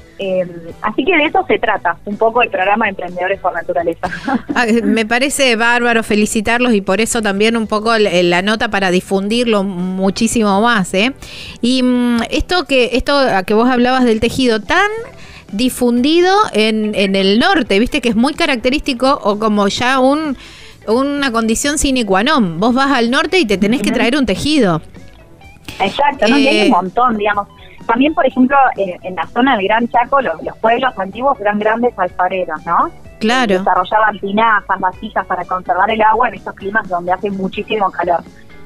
Así que de eso se trata un poco el programa de Emprendedores por Naturaleza. Me parece bárbaro, felicitarlos, y por eso también un poco la nota para difundirlo muchísimo más, ¿eh? Y esto que vos hablabas del tejido tan difundido en el norte, viste que es muy característico, o como ya una condición sine qua non. Vos vas al norte y te tenés que traer un tejido. Exacto, ¿no? Y hay un montón, digamos. También, por ejemplo, en la zona del Gran Chaco, los pueblos antiguos eran grandes alfareros, ¿no? Claro. Desarrollaban tinajas, vasijas para conservar el agua en estos climas donde hace muchísimo calor.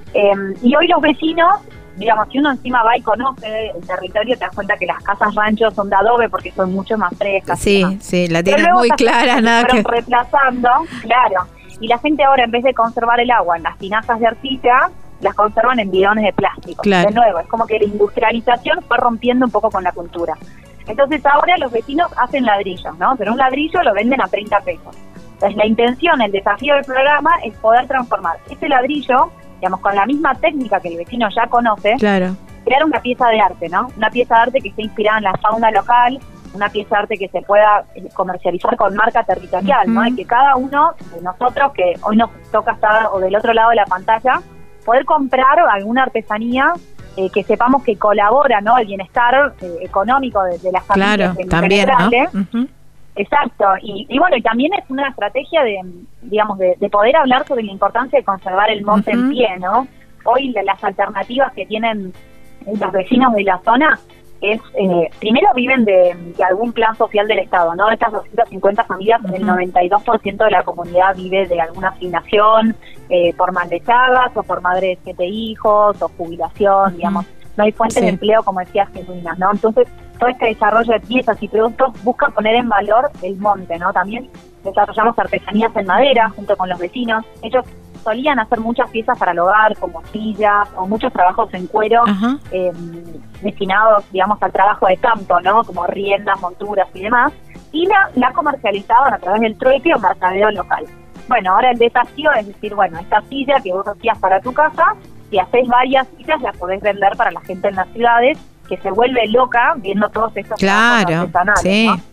Y hoy los vecinos, digamos, si uno encima va y conoce el territorio, te das cuenta que las casas ranchos son de adobe porque son mucho más frescas. Sí, la tienes muy clara, nada que... reemplazando, claro. Y la gente ahora, en vez de conservar el agua en las tinajas de arcilla, las conservan en bidones de plástico. Claro. De nuevo, es como que la industrialización fue rompiendo un poco con la cultura. Entonces ahora los vecinos hacen ladrillos, ¿no? Pero un ladrillo lo venden a 30 pesos. Entonces la intención, el desafío del programa es poder transformar ese ladrillo, digamos, con la misma técnica que el vecino ya conoce, Claro. crear una pieza de arte, ¿no? Una pieza de arte que esté inspirada en la fauna local, una pieza de arte que se pueda comercializar con marca territorial, ¿no? Y que cada uno de nosotros, que hoy nos toca estar o del otro lado de la pantalla, poder comprar alguna artesanía que sepamos que colabora, ¿no?, al bienestar económico de las familias. Claro, también, ¿no? Uh-huh. Exacto, y bueno, y también es una estrategia de, digamos, de poder hablar sobre la importancia de conservar el monte en pie, ¿no? Hoy las alternativas que tienen los vecinos de la zona es, primero viven de algún plan social del Estado, ¿no? De estas 250 familias, el 92% de la comunidad vive de alguna asignación, por madre de Chagas, o por madre de 7 hijos, o jubilación, digamos. No hay fuentes de empleo, como decías, genuinas, ¿no? Entonces, todo este desarrollo de piezas y productos busca poner en valor el monte, ¿no? También desarrollamos artesanías en madera junto con los vecinos. Ellos solían hacer muchas piezas para el hogar, como sillas, o muchos trabajos en cuero, destinados, digamos, al trabajo de campo, ¿no? Como riendas, monturas y demás. Y la comercializaban a través del trueque o mercadeo local. Bueno, ahora el desafío es decir, bueno, esta silla que vos hacías para tu casa, si hacés varias sillas, las podés vender para la gente en las ciudades, que se vuelve loca viendo todos estos trabajos artesanales, sí, ¿no?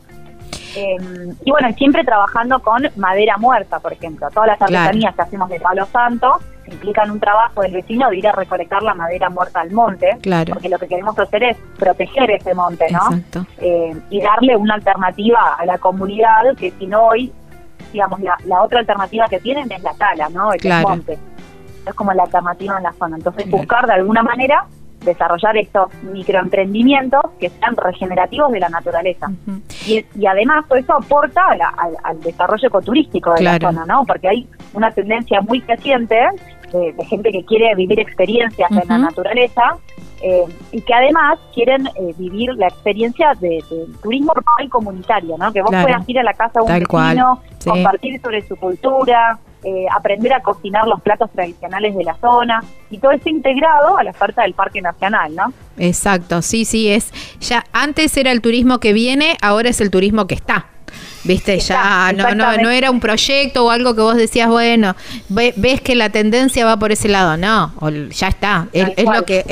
Y bueno, siempre trabajando con madera muerta, por ejemplo. Todas las artesanías que hacemos de palo santo implican un trabajo del vecino de ir a recolectar la madera muerta al monte, porque lo que queremos hacer es proteger ese monte, ¿no? Y darle una alternativa a la comunidad, que si no hoy, digamos, la otra alternativa que tienen es la tala, ¿no? El monte. Es como la alternativa en la zona. Entonces buscar de alguna manera desarrollar estos microemprendimientos que sean regenerativos de la naturaleza. Y además todo eso aporta al desarrollo ecoturístico de la zona, ¿no? Porque hay una tendencia muy creciente de gente que quiere vivir experiencias en la naturaleza, y que además quieren vivir la experiencia de turismo rural comunitario, ¿no? Que vos puedas ir a la casa de un vecino, compartir sobre su cultura, aprender a cocinar los platos tradicionales de la zona, y todo eso integrado a la oferta del Parque Nacional, ¿no? Exacto, sí, es ya antes era el turismo que viene, ahora es el turismo que está. Viste, ya no era un proyecto o algo que vos decías, bueno, ves que la tendencia va por ese lado, no, ya está, es lo que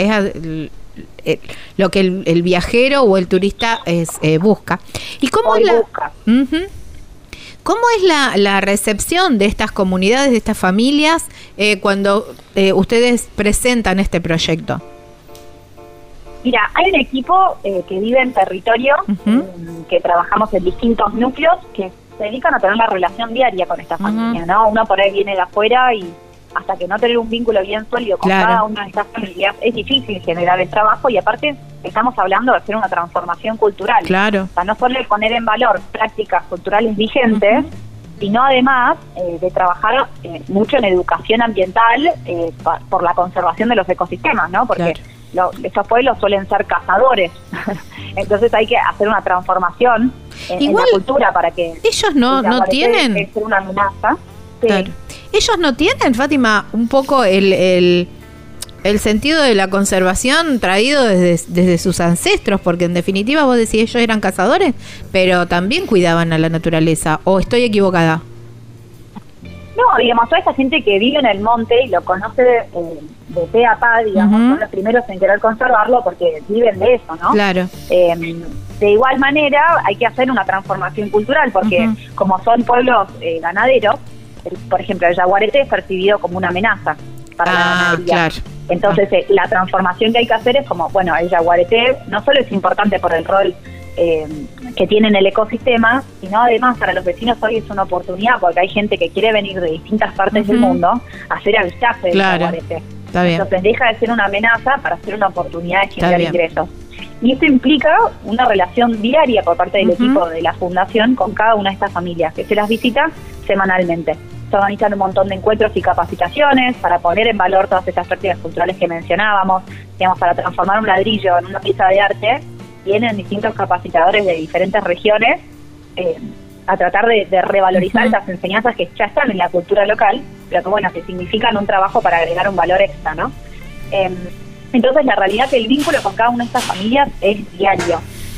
es lo que el viajero o el turista busca. ¿Y cómo es ¿Cómo es la recepción de estas comunidades, de estas familias, cuando ustedes presentan este proyecto? Mira, hay un equipo que vive en territorio, que trabajamos en distintos núcleos, que se dedican a tener la relación diaria con esta familia, ¿no? Uno por ahí viene de afuera y hasta que no tener un vínculo bien sólido con cada una de estas familias, es difícil generar el trabajo, y aparte estamos hablando de hacer una transformación cultural. O sea, no solo de poner en valor prácticas culturales vigentes, sino además de trabajar mucho en educación ambiental por la conservación de los ecosistemas, ¿no? Porque estos pueblos suelen ser cazadores, entonces hay que hacer una transformación en la cultura para que ellos no tienen es una amenaza. Ellos no tienen, Fátima, un poco el sentido de la conservación traído desde sus ancestros, porque en definitiva vos decís, ellos eran cazadores, pero también cuidaban a la naturaleza, ¿o estoy equivocada? No, digamos, toda esta gente que vive en el monte y lo conoce de pe a pa, digamos, son los primeros en querer conservarlo porque viven de eso, ¿no? De igual manera, hay que hacer una transformación cultural, porque como son pueblos ganaderos, por ejemplo, el yaguareté es percibido como una amenaza para la ganadería. Entonces, la transformación que hay que hacer es como, bueno, el yaguareté no solo es importante por el rol que tiene en el ecosistema, sino además para los vecinos hoy es una oportunidad, porque hay gente que quiere venir de distintas partes del mundo a hacer avistaje del yaguareté. Entonces, deja de ser una amenaza para ser una oportunidad de generar ingresos. Y esto implica una relación diaria por parte del equipo de la fundación con cada una de estas familias, que se las visita semanalmente. Se organizan un montón de encuentros y capacitaciones para poner en valor todas estas prácticas culturales que mencionábamos. Digamos, para transformar un ladrillo en una pieza de arte, vienen distintos capacitadores de diferentes regiones a tratar de revalorizar estas enseñanzas que ya están en la cultura local, pero que, bueno, que significan un trabajo para agregar un valor extra, ¿no? Entonces, la realidad es que el vínculo con cada una de estas familias es diario.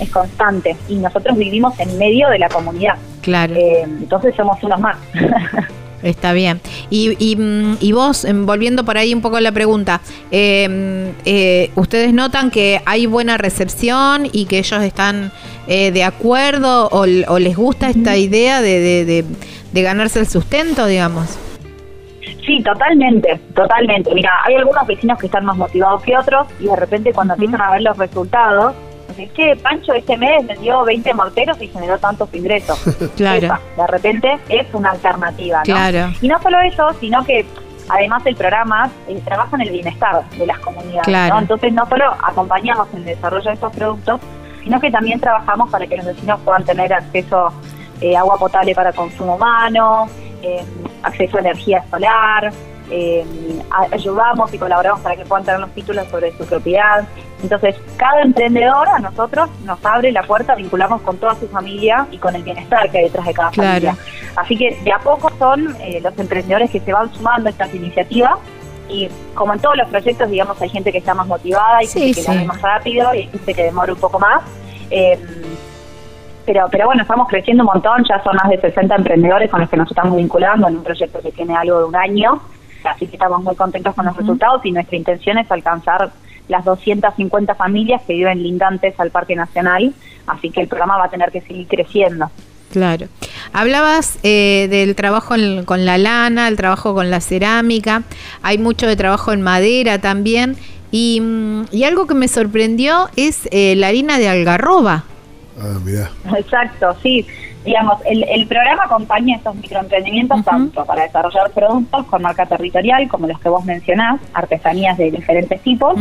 es constante y nosotros vivimos en medio de la comunidad. Claro. Entonces somos unos más. Está bien. Y vos, volviendo por ahí un poco a la pregunta, ¿ustedes notan que hay buena recepción y que ellos están de acuerdo o les gusta esta idea de ganarse el sustento, digamos? Sí, totalmente. Mira, hay algunos vecinos que están más motivados que otros y de repente cuando empiezan a ver los resultados, dicen, che, Pancho este mes vendió 20 morteros y generó tantos ingresos. Claro. Esa, de repente es una alternativa, ¿no? Claro. Y no solo eso, sino que además el programa trabaja en el bienestar de las comunidades, claro, ¿no? Entonces no solo acompañamos en el desarrollo de estos productos, sino que también trabajamos para que los vecinos puedan tener acceso a agua potable para consumo humano, acceso a energía solar, ayudamos y colaboramos para que puedan tener los títulos sobre su propiedad. Entonces, cada emprendedor a nosotros nos abre la puerta, vinculamos con toda su familia y con el bienestar que hay detrás de cada familia. Así que de a poco son los emprendedores que se van sumando a estas iniciativas y como en todos los proyectos, digamos, hay gente que está más motivada y gente que la ve más rápido y hay gente que demora un poco más. Pero bueno, estamos creciendo un montón, ya son más de 60 emprendedores con los que nos estamos vinculando en un proyecto que tiene algo de un año, así que estamos muy contentos con los resultados y nuestra intención es alcanzar las 250 familias que viven lindantes al Parque Nacional, así que el programa va a tener que seguir creciendo. Claro. Hablabas del trabajo con la lana, el trabajo con la cerámica, hay mucho de trabajo en madera también, y algo que me sorprendió es la harina de algarroba. Ah, mirá. Exacto, sí. Digamos, el programa acompaña estos microemprendimientos tanto para desarrollar productos con marca territorial, como los que vos mencionás, artesanías de diferentes tipos.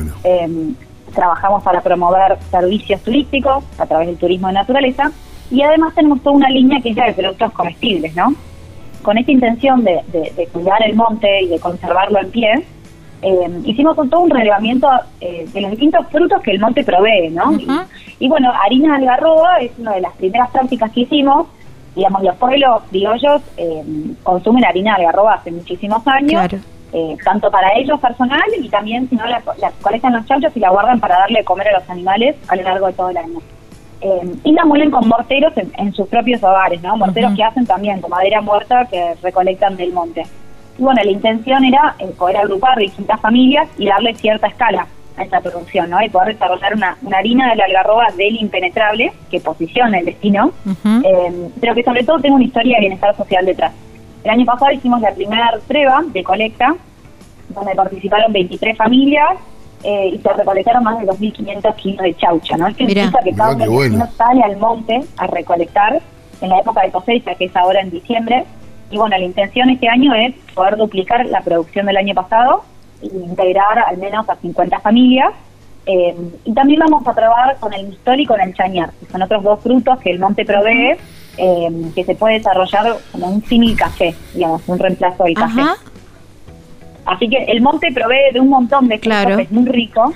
Trabajamos para promover servicios turísticos a través del turismo de naturaleza y además tenemos toda una línea que es la de productos comestibles, ¿no? Con esta intención de cuidar el monte y de conservarlo en pie, hicimos todo un relevamiento de los distintos frutos que el monte provee, ¿no? Y bueno, harina de algarroba es una de las primeras prácticas que hicimos. Digamos, los pueblos criollos consumen harina de algarroba hace muchísimos años, tanto para ellos personal y también si no la colectan los chauchos y la guardan para darle de comer a los animales a lo largo de todo el año. Y la muelen con morteros en sus propios hogares, ¿no? Morteros que hacen también con madera muerta que recolectan del monte. Y bueno, la intención era poder agrupar distintas familias y darle cierta escala a esta producción, ¿no? Y poder desarrollar una harina de la algarroba del impenetrable que posiciona el destino, pero que sobre todo tenga una historia de bienestar social detrás. El año pasado hicimos la primera prueba de colecta, donde participaron 23 familias y se recolectaron más de 2.500 kilos de chaucha, ¿no? Esto implica que cada vecino sale al monte a recolectar en la época de cosecha, que es ahora en diciembre. Y bueno, la intención este año es poder duplicar la producción del año pasado e integrar al menos a 50 familias. Y también vamos a trabajar con el mistol y con el chañar, que son otros dos frutos que el monte provee, que se puede desarrollar como un símil café, digamos, un reemplazo del café. Así que el monte provee de un montón de frutos, es muy rico.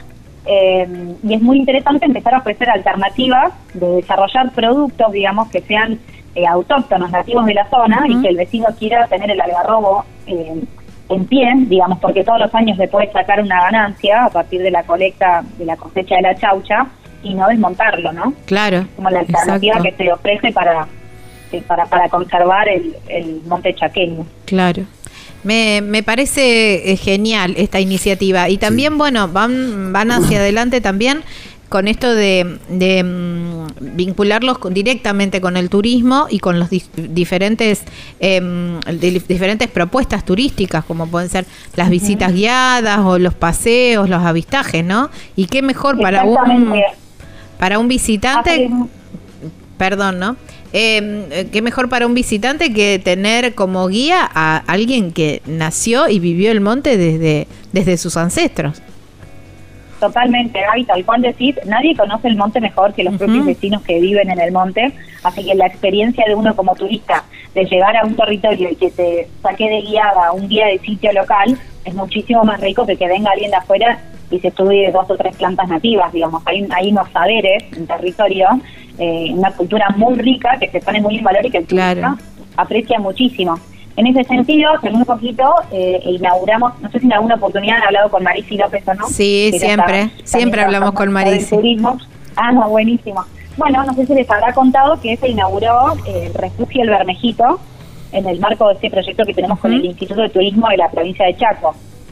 Y es muy interesante empezar a ofrecer alternativas de desarrollar productos, digamos, que sean autóctonos, nativos de la zona, y que el vecino quiera tener el algarrobo en pie, digamos, porque todos los años le puede sacar una ganancia a partir de la colecta, de la cosecha de la chaucha, y no desmontarlo, ¿no? Claro. Como la alternativa que se ofrece para conservar el monte chaqueño. Claro. Me parece genial esta iniciativa. Y también, bueno, van hacia adelante también con esto de vincularlos directamente con el turismo y con los diferentes propuestas turísticas, como pueden ser las visitas guiadas o los paseos, los avistajes, ¿no? Y qué mejor para un visitante, perdón, ¿no? Qué mejor para un visitante que tener como guía a alguien que nació y vivió el monte desde sus ancestros. Totalmente, Gaby, tal cual decís, nadie conoce el monte mejor que los propios vecinos que viven en el monte, así que la experiencia de uno como turista de llegar a un territorio y que te saque de guiada un guía de sitio local es muchísimo más rico que venga alguien de afuera y se estudie 2 o 3 plantas nativas, digamos, hay unos saberes en territorio, una cultura muy rica que se pone muy en valor y que el turista aprecia muchísimo. En ese sentido, hace muy poquito inauguramos, no sé si en alguna oportunidad han hablado con Marisi López o no. Sí, siempre hablamos con Marisi. Turismo. Ah, no, buenísimo. bueno, no sé si les habrá contado que se inauguró el refugio El Bermejito en el marco de este proyecto que tenemos con el Instituto de Turismo de la provincia de Chaco.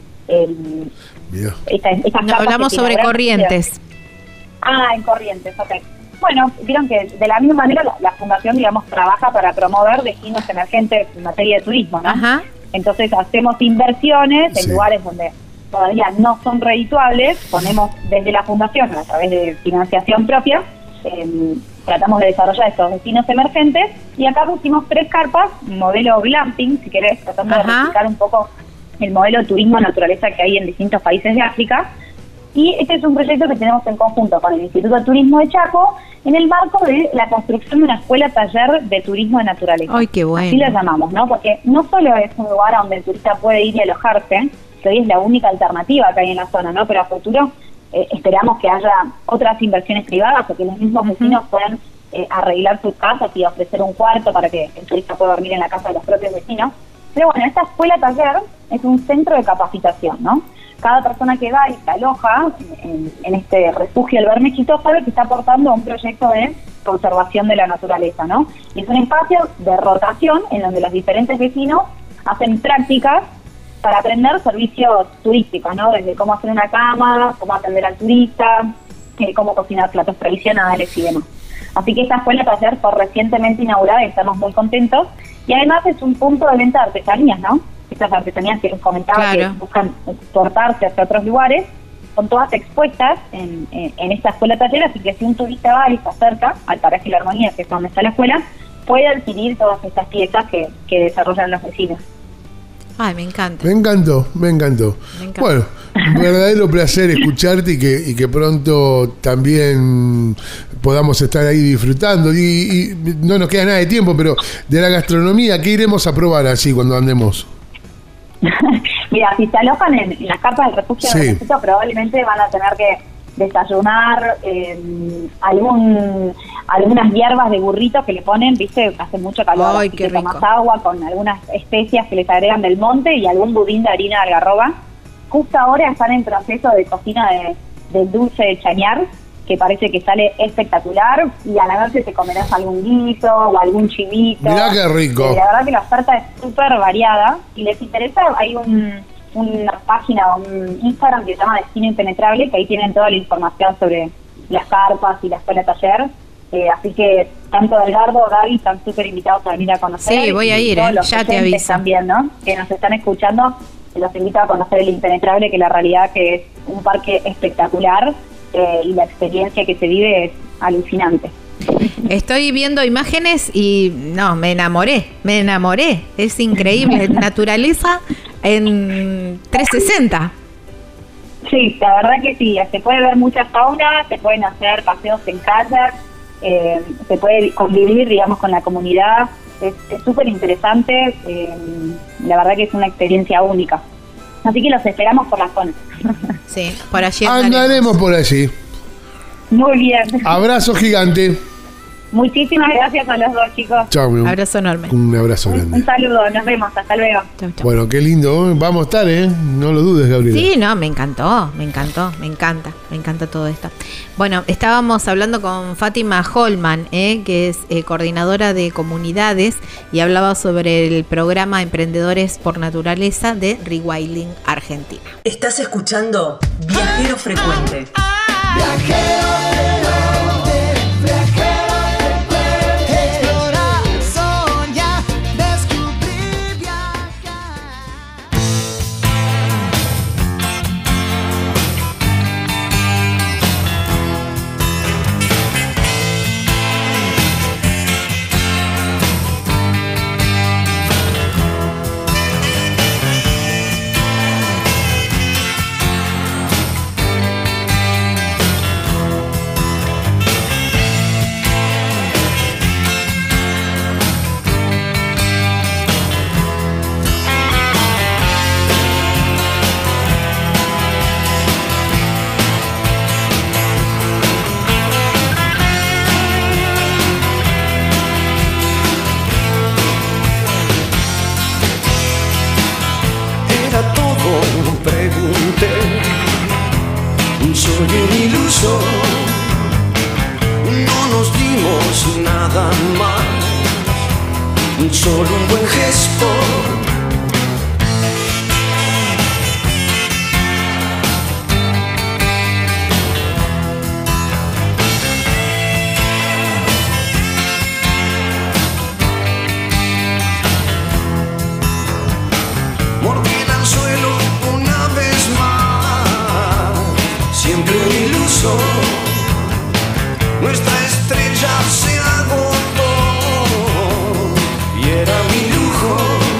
Hablamos sobre Corrientes. En Corrientes, ok. Bueno, vieron que de la misma manera la Fundación, digamos, trabaja para promover destinos emergentes en materia de turismo, ¿no? Ajá. Entonces hacemos inversiones en lugares donde todavía no son redituables, ponemos desde la Fundación, a través de financiación propia, tratamos de desarrollar estos destinos emergentes, y acá pusimos 3 carpas, modelo glamping, si querés, tratando de replicar un poco el modelo de turismo naturaleza que hay en distintos países de África. Y este es un proyecto que tenemos en conjunto con el Instituto de Turismo de Chaco en el marco de la construcción de una escuela taller de turismo de naturaleza. ¡Ay, qué bueno! Así la llamamos, ¿no? Porque no solo es un lugar donde el turista puede ir y alojarse, que hoy es la única alternativa que hay en la zona, ¿no? Pero a futuro esperamos que haya otras inversiones privadas o que los mismos vecinos puedan arreglar sus casas y ofrecer un cuarto para que el turista pueda dormir en la casa de los propios vecinos. Pero bueno, esta escuela taller es un centro de capacitación, ¿no? Cada persona que va y se aloja en este refugio El Bermejito sabe que está aportando a un proyecto de conservación de la naturaleza, ¿no? Y es un espacio de rotación en donde los diferentes vecinos hacen prácticas para aprender servicios turísticos, ¿no? Desde cómo hacer una cama, cómo atender al turista, cómo cocinar platos tradicionales y demás. Así que esta escuela taller fue recientemente inaugurada y estamos muy contentos. Y además es un punto de venta de artesanías, ¿no? Estas artesanías que les comentaba, que buscan exportarse hacia otros lugares, son todas expuestas en esta escuela taller, así que si un turista va y se acerca al paraje La Armonía, que es donde está la escuela, puede adquirir todas estas piezas que desarrollan los vecinos. Ay, me encanta. Me encantó. Bueno, un verdadero placer escucharte y que pronto también podamos estar ahí disfrutando. Y no nos queda nada de tiempo, pero de la gastronomía, ¿qué iremos a probar así cuando andemos? Mira, si se alojan en las carpas del refugio de Bermejito, probablemente van a tener que desayunar algunas hierbas de burrito que le ponen, viste, hace mucho calor. Ay, así qué que rico. tomas agua con algunas especias que les agregan del monte y algún budín de harina de algarroba. Justo ahora están en proceso de cocina del dulce de chañar, que parece que sale espectacular, y a la noche te comerás algún guiso o algún chivito. Mirá qué rico. La verdad que la oferta es súper variada. Si les interesa, hay una página, un Instagram que se llama Destino Impenetrable, que ahí tienen toda la información sobre las carpas y la escuela taller. Así que tanto Edgardo, Gaby están súper invitados a venir a conocer. Sí, voy a ir, ya te aviso. También, ¿no? Que nos están escuchando, los invito a conocer el Impenetrable, que la realidad que es un parque espectacular. Y la experiencia que se vive es alucinante. Estoy viendo imágenes y no, me enamoré, es increíble, naturaleza en 360. Sí, la verdad que sí, se puede ver mucha fauna, se pueden hacer paseos en kayak, se puede convivir, digamos, con la comunidad, es súper interesante, la verdad que es una experiencia única. Así que los esperamos por la zona. Sí, por allí andaremos por allí. Muy bien. Abrazo gigante. Muchísimas gracias a los dos, chicos. Chao, abrazo enorme. Un abrazo grande. Un saludo, nos vemos, hasta luego. Chau, chau. Bueno, qué lindo, vamos a estar, no lo dudes, Gabriela. Sí, no, me encantó, me encanta todo esto. Bueno, estábamos hablando con Fátima Holman, que es coordinadora de comunidades, y hablaba sobre el programa Emprendedores por Naturaleza de Rewilding Argentina. Estás escuchando Viajero Frecuente. solo un buen gesto. Mordí el anzuelo una vez más, siempre un iluso. Nuestra estrella se agotó y era mi lujo.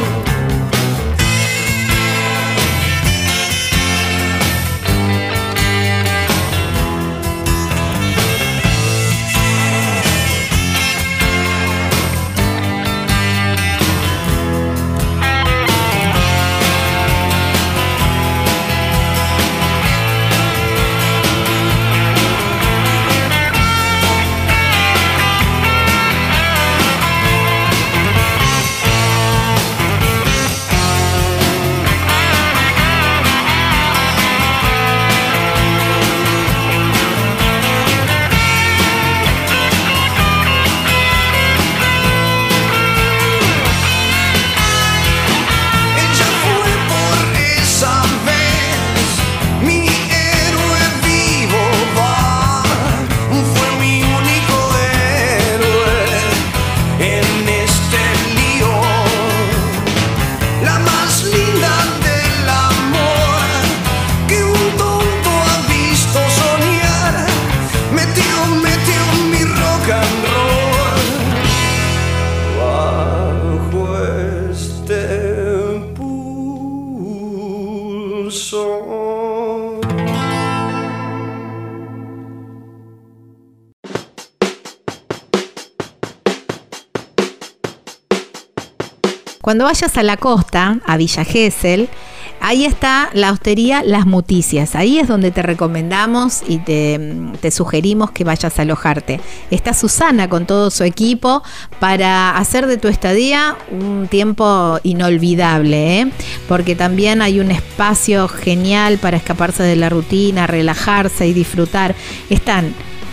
Cuando vayas a la costa, a Villa Gesell, ahí está la hostería Las Muticias. Ahí es donde te recomendamos y te sugerimos que vayas a alojarte. Está Susana con todo su equipo para hacer de tu estadía un tiempo inolvidable, ¿eh? Porque también hay un espacio genial para escaparse de la rutina, relajarse y disfrutar. Están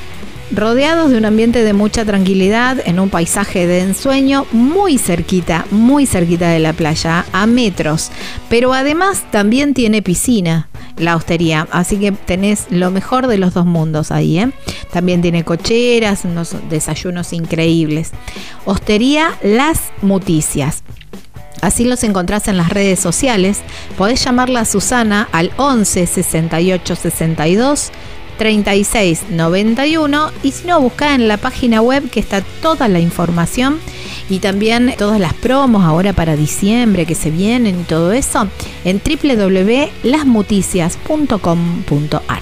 rodeados de un ambiente de mucha tranquilidad, en un paisaje de ensueño, muy cerquita de la playa, a metros. Pero además también tiene piscina la hostería, así que tenés lo mejor de los dos mundos ahí, ¿eh? También tiene cocheras, unos desayunos increíbles. Hostería Las Muticias. Así los encontrás en las redes sociales. Podés llamarla a Susana al 11 68 62 36 91 y si no, buscá en la página web que está toda la información y también todas las promos ahora para diciembre que se vienen y todo eso en www.lasmuticias.com.ar.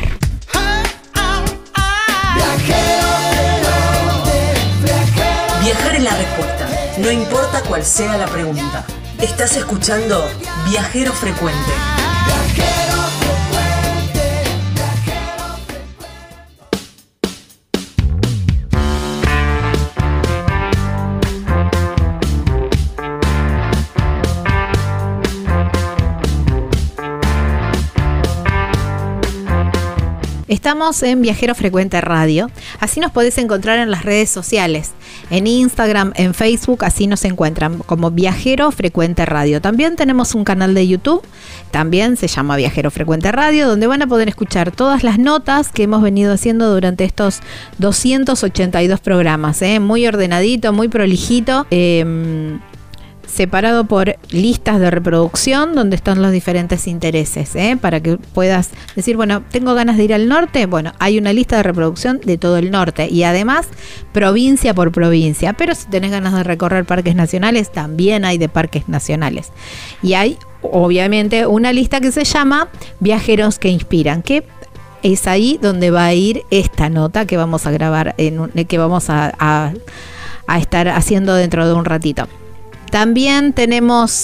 Viajar es la respuesta, no importa cuál sea la pregunta. Estás escuchando Viajero Frecuente. Estamos en Viajero Frecuente Radio, así nos podés encontrar en las redes sociales, en Instagram, en Facebook, así nos encuentran como Viajero Frecuente Radio. También tenemos un canal de YouTube, también se llama Viajero Frecuente Radio, donde van a poder escuchar todas las notas que hemos venido haciendo durante estos 282 programas, muy ordenadito, muy prolijito. Separado por listas de reproducción donde están los diferentes intereses, para que puedas decir, bueno, tengo ganas de ir al norte, bueno, hay una lista de reproducción de todo el norte y además provincia por provincia, pero si tenés ganas de recorrer parques nacionales, también hay de parques nacionales y hay obviamente una lista que se llama Viajeros que Inspiran, que es ahí donde va a ir esta nota que vamos a grabar, que vamos a estar haciendo dentro de un ratito. También tenemos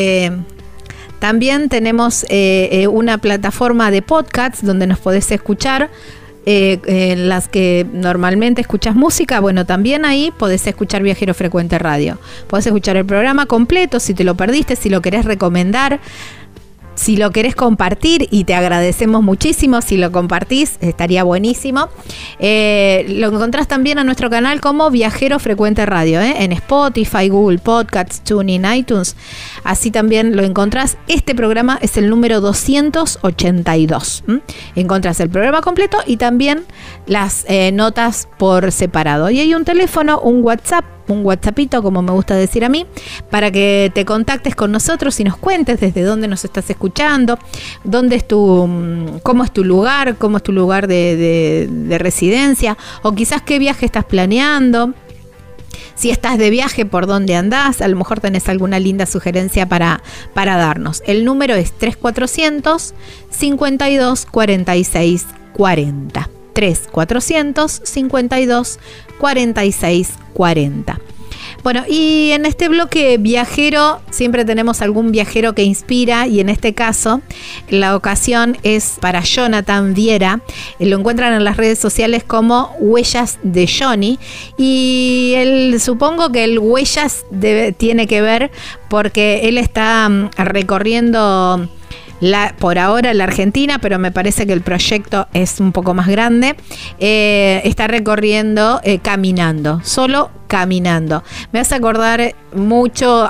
una plataforma de podcasts donde nos podés escuchar, en las que normalmente escuchas música. Bueno, también ahí podés escuchar Viajero Frecuente Radio. Podés escuchar el programa completo si te lo perdiste, si lo querés recomendar. si lo querés compartir, y te agradecemos muchísimo si lo compartís, estaría buenísimo. Lo encontrás también a nuestro canal como Viajero Frecuente Radio, en Spotify, Google Podcasts, TuneIn, iTunes. Así también lo encontrás. Este programa es el número 282. Encontrás el programa completo y también las notas por separado. Y hay un teléfono, un WhatsAppito, como me gusta decir a mí, para que te contactes con nosotros y nos cuentes desde dónde nos estás escuchando, cómo es tu lugar, de residencia, o quizás qué viaje estás planeando. Si estás de viaje, por dónde andás, a lo mejor tenés alguna linda sugerencia para darnos. El número es 3400 52 46 40. 3400 52 46 40. Bueno, y en este bloque viajero siempre tenemos algún viajero que inspira, y en este caso la ocasión es para Jonathan Viera. Lo encuentran en las redes sociales como Huellas de Johnny, y supongo que el Huellas tiene que ver porque él está recorriendo por ahora la Argentina, pero me parece que el proyecto es un poco más grande. Está recorriendo caminando, solo caminando. Me hace acordar mucho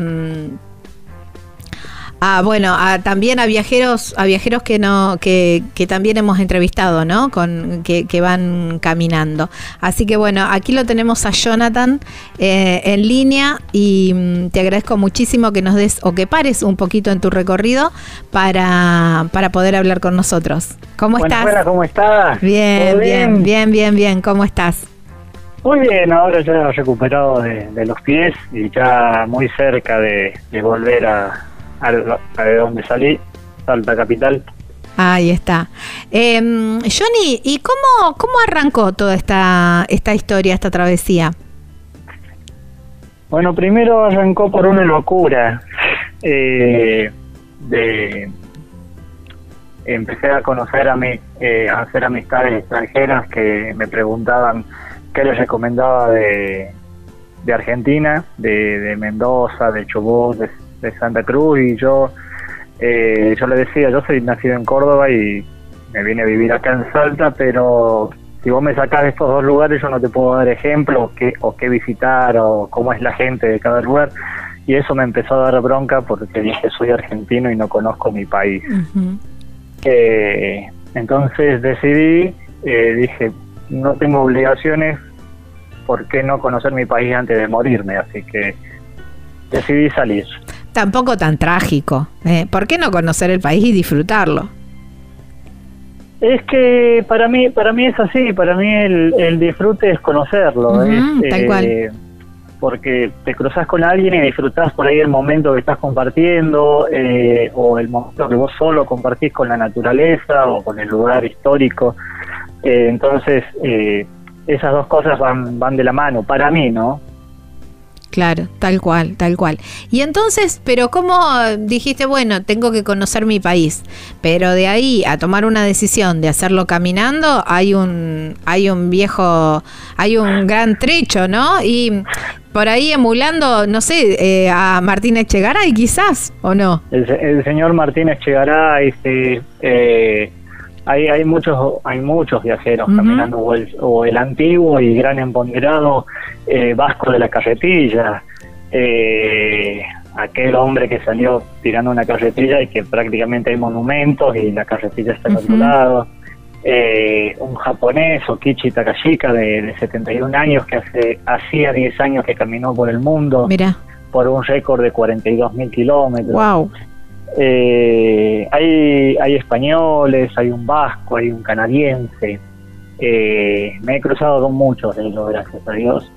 también a viajeros que también hemos entrevistado, ¿no? Que van caminando. Así que bueno, aquí lo tenemos a Jonathan en línea, y te agradezco muchísimo que nos des o que pares un poquito en tu recorrido para poder hablar con nosotros. ¿Cómo estás? Buenas, ¿cómo estás? Bien. ¿Cómo estás? Muy bien, ahora ya recuperado de los pies y ya muy cerca de volver a de donde salí, Salta capital. Ahí está. Johnny, ¿y cómo arrancó toda esta historia, esta travesía? Bueno, primero arrancó por una locura. Empecé a conocer a hacer amistades extranjeras que me preguntaban qué les recomendaba de Argentina, de Mendoza, de Chubut, de Santa Cruz, y yo le decía, yo soy nacido en Córdoba y me vine a vivir acá en Salta, pero si vos me sacás de estos dos lugares yo no te puedo dar ejemplo o qué visitar o cómo es la gente de cada lugar, y eso me empezó a dar bronca porque dije, soy argentino y no conozco mi país. Uh-huh. Entonces decidí, dije, no tengo obligaciones, ¿por qué no conocer mi país antes de morirme? Así que decidí salir. Tampoco tan trágico. ¿Por qué no conocer el país y disfrutarlo? Es que para mí es así. Para mí el disfrute es conocerlo. Tal cual. Porque te cruzas con alguien y disfrutás por ahí el momento que estás compartiendo, o el momento que vos solo compartís con la naturaleza o con el lugar histórico. Entonces, esas dos cosas van de la mano, para mí, ¿no? Claro, tal cual. Y entonces, pero ¿cómo dijiste, bueno, tengo que conocer mi país? Pero de ahí a tomar una decisión de hacerlo caminando, hay un gran trecho, ¿no? Y por ahí emulando, no sé, a Martín Echegaray quizás, ¿o no? El señor Martín Echegaray, hay muchos viajeros caminando, o el antiguo y gran empoderado Vasco de la Carretilla, aquel hombre que salió tirando una carretilla y que prácticamente hay monumentos y la carretilla está al otro lado, un japonés, Okichi Takashika de 71 años que hacía 10 años que caminó por el mundo. Mirá. Por un récord de 42.000 kilómetros. Wow. Hay españoles, hay un vasco, hay un canadiense. Me he cruzado con muchos de ellos, gracias a Dios.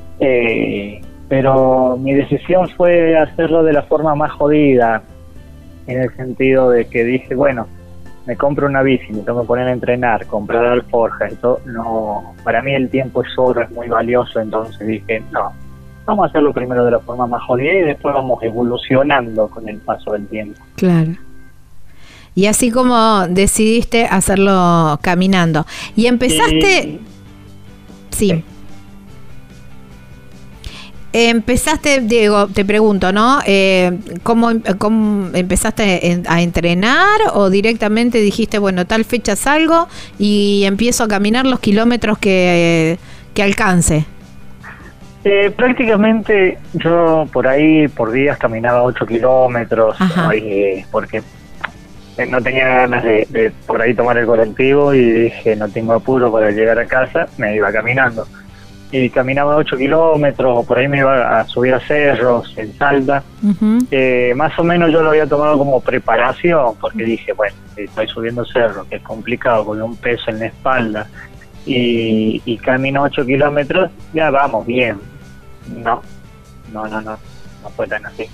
Pero mi decisión fue hacerlo de la forma más jodida, en el sentido de que dije, bueno, me compro una bici, me tengo que poner a entrenar, comprar alforja, esto no, para mí el tiempo es oro, es muy valioso, entonces dije, no, vamos a hacerlo primero de la forma más jodida y después vamos evolucionando con el paso del tiempo. Claro. Y así como decidiste hacerlo caminando. Y empezaste... Sí. empezaste, Diego, te pregunto, ¿no? ¿Cómo empezaste a entrenar o directamente dijiste, bueno, tal fecha salgo y empiezo a caminar los kilómetros que alcance? Prácticamente yo por ahí por días caminaba 8 kilómetros, porque no tenía ganas de por ahí tomar el colectivo y dije no tengo apuro para llegar a casa, me iba caminando. Y caminaba 8 kilómetros, o por ahí me iba a subir a cerros, en Salta. Más o menos yo lo había tomado como preparación, porque dije, bueno, estoy subiendo cerro, que es complicado, con un peso en la espalda, y camino 8 kilómetros, ya vamos bien. No fue tan así.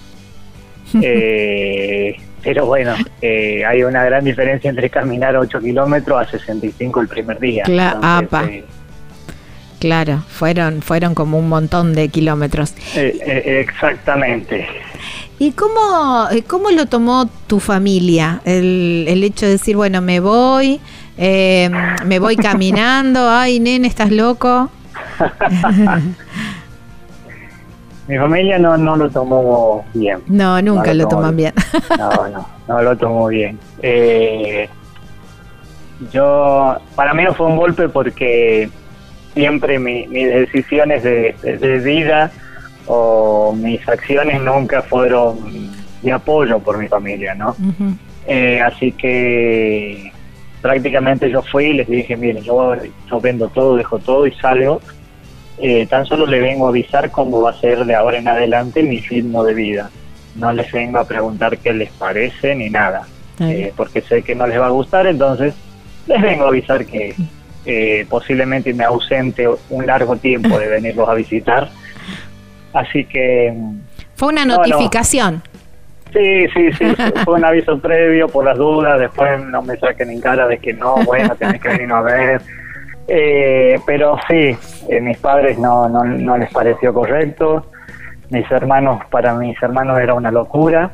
Pero bueno, hay una gran diferencia entre caminar 8 kilómetros a 65 el primer día. Claro, fueron como un montón de kilómetros. Exactamente. ¿Y cómo lo tomó tu familia? El hecho de decir, bueno, me voy caminando, ay, nene, ¿estás loco? Mi familia no lo tomó bien. No, nunca lo toman bien. No lo tomó bien. Para mí no fue un golpe porque siempre mis decisiones de vida o mis acciones nunca fueron de apoyo por mi familia, ¿no? Así que prácticamente yo fui y les dije, miren, yo vendo todo, dejo todo y salgo. Tan solo le vengo a avisar cómo va a ser de ahora en adelante mi ritmo de vida. No les vengo a preguntar qué les parece ni nada, porque sé que no les va a gustar, entonces les vengo a avisar que posiblemente me ausente un largo tiempo de venirlos a visitar. Así que... Fue una notificación. Sí, fue un aviso previo por las dudas, después no me saquen en cara de que no, bueno, tenés que venir a ver. Pero sí, mis padres no les pareció correcto. Para mis hermanos era una locura.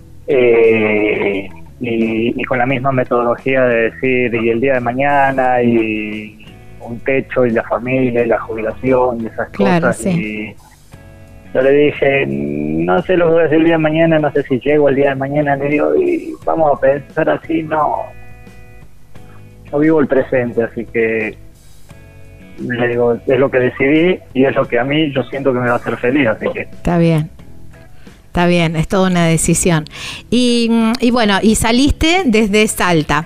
Y con la misma metodología de decir, y el día de mañana, y un techo, y la familia, y la jubilación, y esas cosas. Sí. Y yo le dije, no sé lo que voy a hacer el día de mañana, no sé si llego el día de mañana. Le digo, y vamos a pensar así, no vivo el presente, así que le digo, es lo que decidí y es lo que a mí yo siento que me va a hacer feliz, así que... Está bien, es toda una decisión. Y bueno, y saliste desde Salta.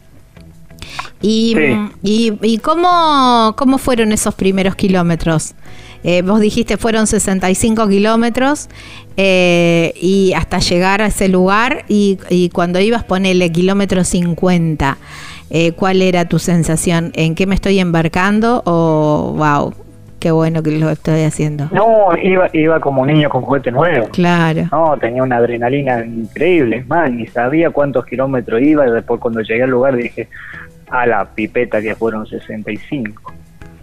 ¿Y cómo fueron esos primeros kilómetros? Vos dijiste fueron 65 kilómetros y hasta llegar a ese lugar y cuando ibas ponele kilómetro 50, ¿cuál era tu sensación? ¿En qué me estoy embarcando? O wow, qué bueno que lo estoy haciendo. No, iba como un niño con juguete nuevo. Claro. No, tenía una adrenalina increíble. Es más, ni sabía cuántos kilómetros iba y después cuando llegué al lugar dije, a la pipeta que fueron 65.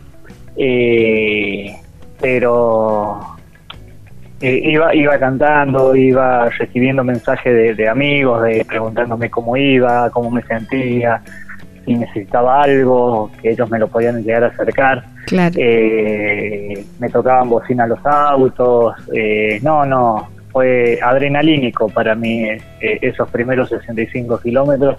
Pero iba cantando, iba recibiendo mensajes de amigos, preguntándome cómo iba, cómo me sentía, si necesitaba algo, que ellos me lo podían llegar a acercar. Claro. Me tocaban bocina los autos. Fue adrenalínico para mí esos primeros 65 kilómetros.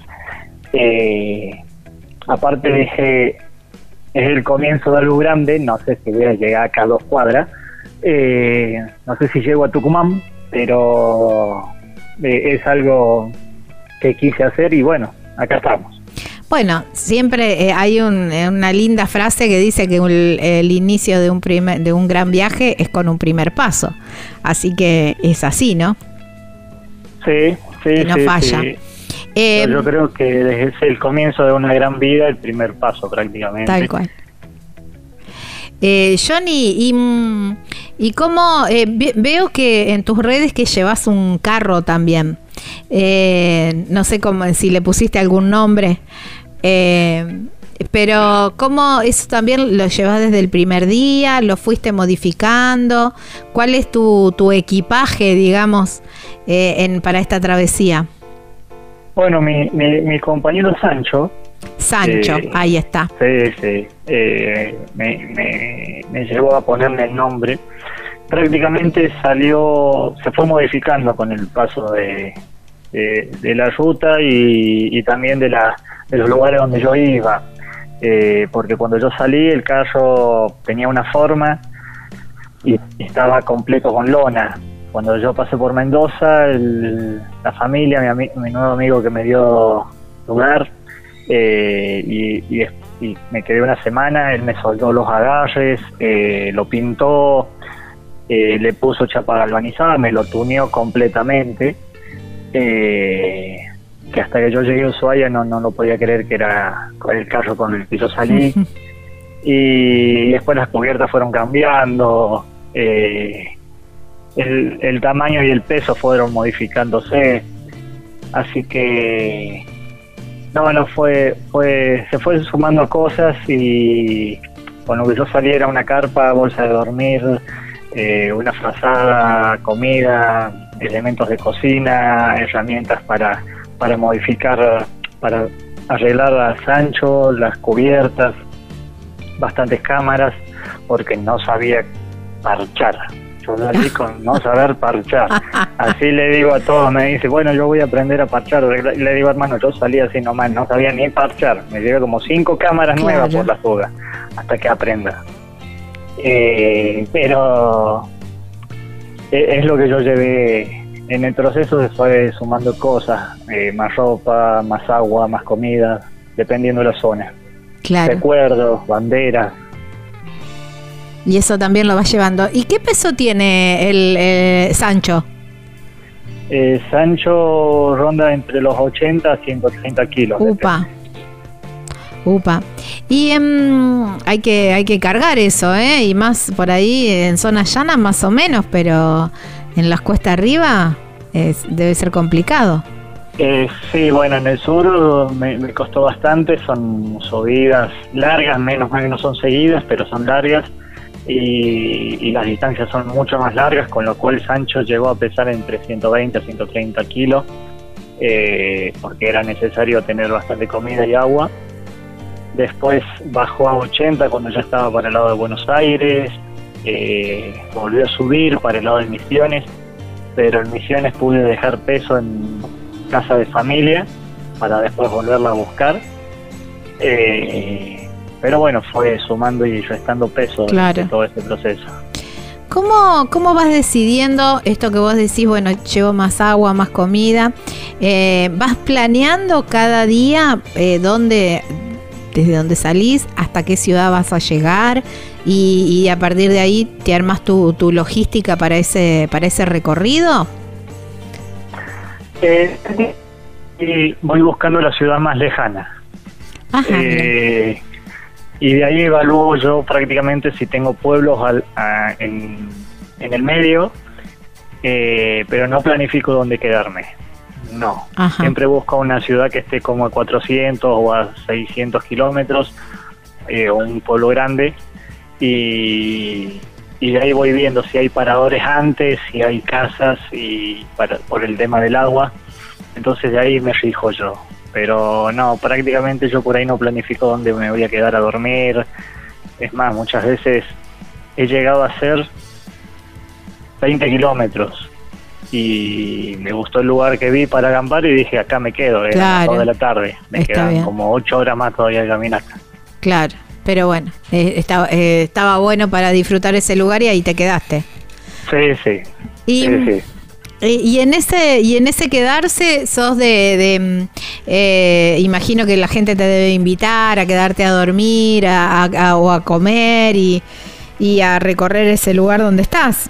Aparte dije, es el comienzo de algo grande, no sé si voy a llegar acá a 2 cuadras, no sé si llego a Tucumán, pero es algo que quise hacer y bueno, acá estamos. Bueno, siempre hay una linda frase que dice que el inicio de un gran viaje es con un primer paso, así que es así, ¿no? Sí, que no falla. Sí. Yo creo que es el comienzo de una gran vida, el primer paso prácticamente. Tal cual. Johnny, y cómo veo que en tus redes que llevas un carro también. No sé si le pusiste algún nombre, pero cómo eso también lo llevas desde el primer día, lo fuiste modificando. ¿Cuál es tu equipaje, digamos, para esta travesía? Bueno, mi compañero Sancho, ahí está. Sí, me llevó a ponerle el nombre. prácticamente se fue modificando con el paso de la ruta y también de los lugares donde yo iba, porque cuando yo salí el carro tenía una forma y estaba completo con lona. Cuando yo pasé por Mendoza, la familia, mi nuevo amigo que me dio lugar, y me quedé una semana, él me soldó los agarres, lo pintó, le puso chapa galvanizada, me lo tuneó completamente, que hasta que yo llegué a Ushuaia no lo podía creer que era el carro con el que yo salí. Y después las cubiertas fueron cambiando, el tamaño y el peso fueron modificándose, así que se fue sumando cosas, y con lo que yo salí era una carpa, bolsa de dormir, una frazada, comida, elementos de cocina, herramientas para modificar, para arreglar a Sancho, las cubiertas, bastantes cámaras, porque no sabía parchar. Yo salí con no saber parchar. Así le digo a todos, me dice, bueno, yo voy a aprender a parchar. Le digo, hermano, yo salí así nomás, no sabía ni parchar. Me llevé como 5 cámaras nuevas por la fuga, hasta que aprenda. Pero es lo que yo llevé. En el proceso se fue sumando cosas, más ropa, más agua, más comida, dependiendo de la zona. Claro. Recuerdos, banderas. Y eso también lo vas llevando. ¿Y qué peso tiene el Sancho? Sancho ronda entre los 80 a 130 kilos. Upa. Y hay que cargar eso, y más por ahí en zonas llanas más o menos, pero en las cuestas arriba debe ser complicado. Sí, bueno, en el sur me costó bastante, son subidas largas, menos mal que no son seguidas, pero son largas, y las distancias son mucho más largas, con lo cual Sancho llegó a pesar entre 120 a 130 kilos, porque era necesario tener bastante comida y agua. Después bajó a 80 cuando ya estaba para el lado de Buenos Aires, volvió a subir para el lado de Misiones, pero en Misiones pude dejar peso en casa de familia para después volverla a buscar, pero bueno, fue sumando y restando peso de todo este proceso. ¿Cómo vas decidiendo esto que vos decís, bueno, llevo más agua, más comida? ¿Vas planeando cada día desde dónde salís hasta qué ciudad vas a llegar, y a partir de ahí te armas tu logística para ese recorrido? Y voy buscando la ciudad más lejana. Ajá, y de ahí evalúo yo prácticamente si tengo pueblos en el medio, pero no planifico dónde quedarme. No. Ajá. Siempre busco una ciudad que esté como a 400 o a 600 kilómetros, o un pueblo grande, y de ahí voy viendo si hay paradores antes, si hay casas, por el tema del agua. Entonces de ahí me rijo yo. Pero no, prácticamente yo por ahí no planifico dónde me voy a quedar a dormir. Es más, muchas veces he llegado a hacer 20 kilómetros y me gustó el lugar que vi para acampar y dije, acá me quedo, toda la tarde. Me quedan como 8 horas más todavía de caminar. Claro, pero bueno, estaba bueno para disfrutar ese lugar y ahí te quedaste. Sí. Y en ese quedarse sos imagino que la gente te debe invitar a quedarte a dormir o a comer y a recorrer ese lugar donde estás.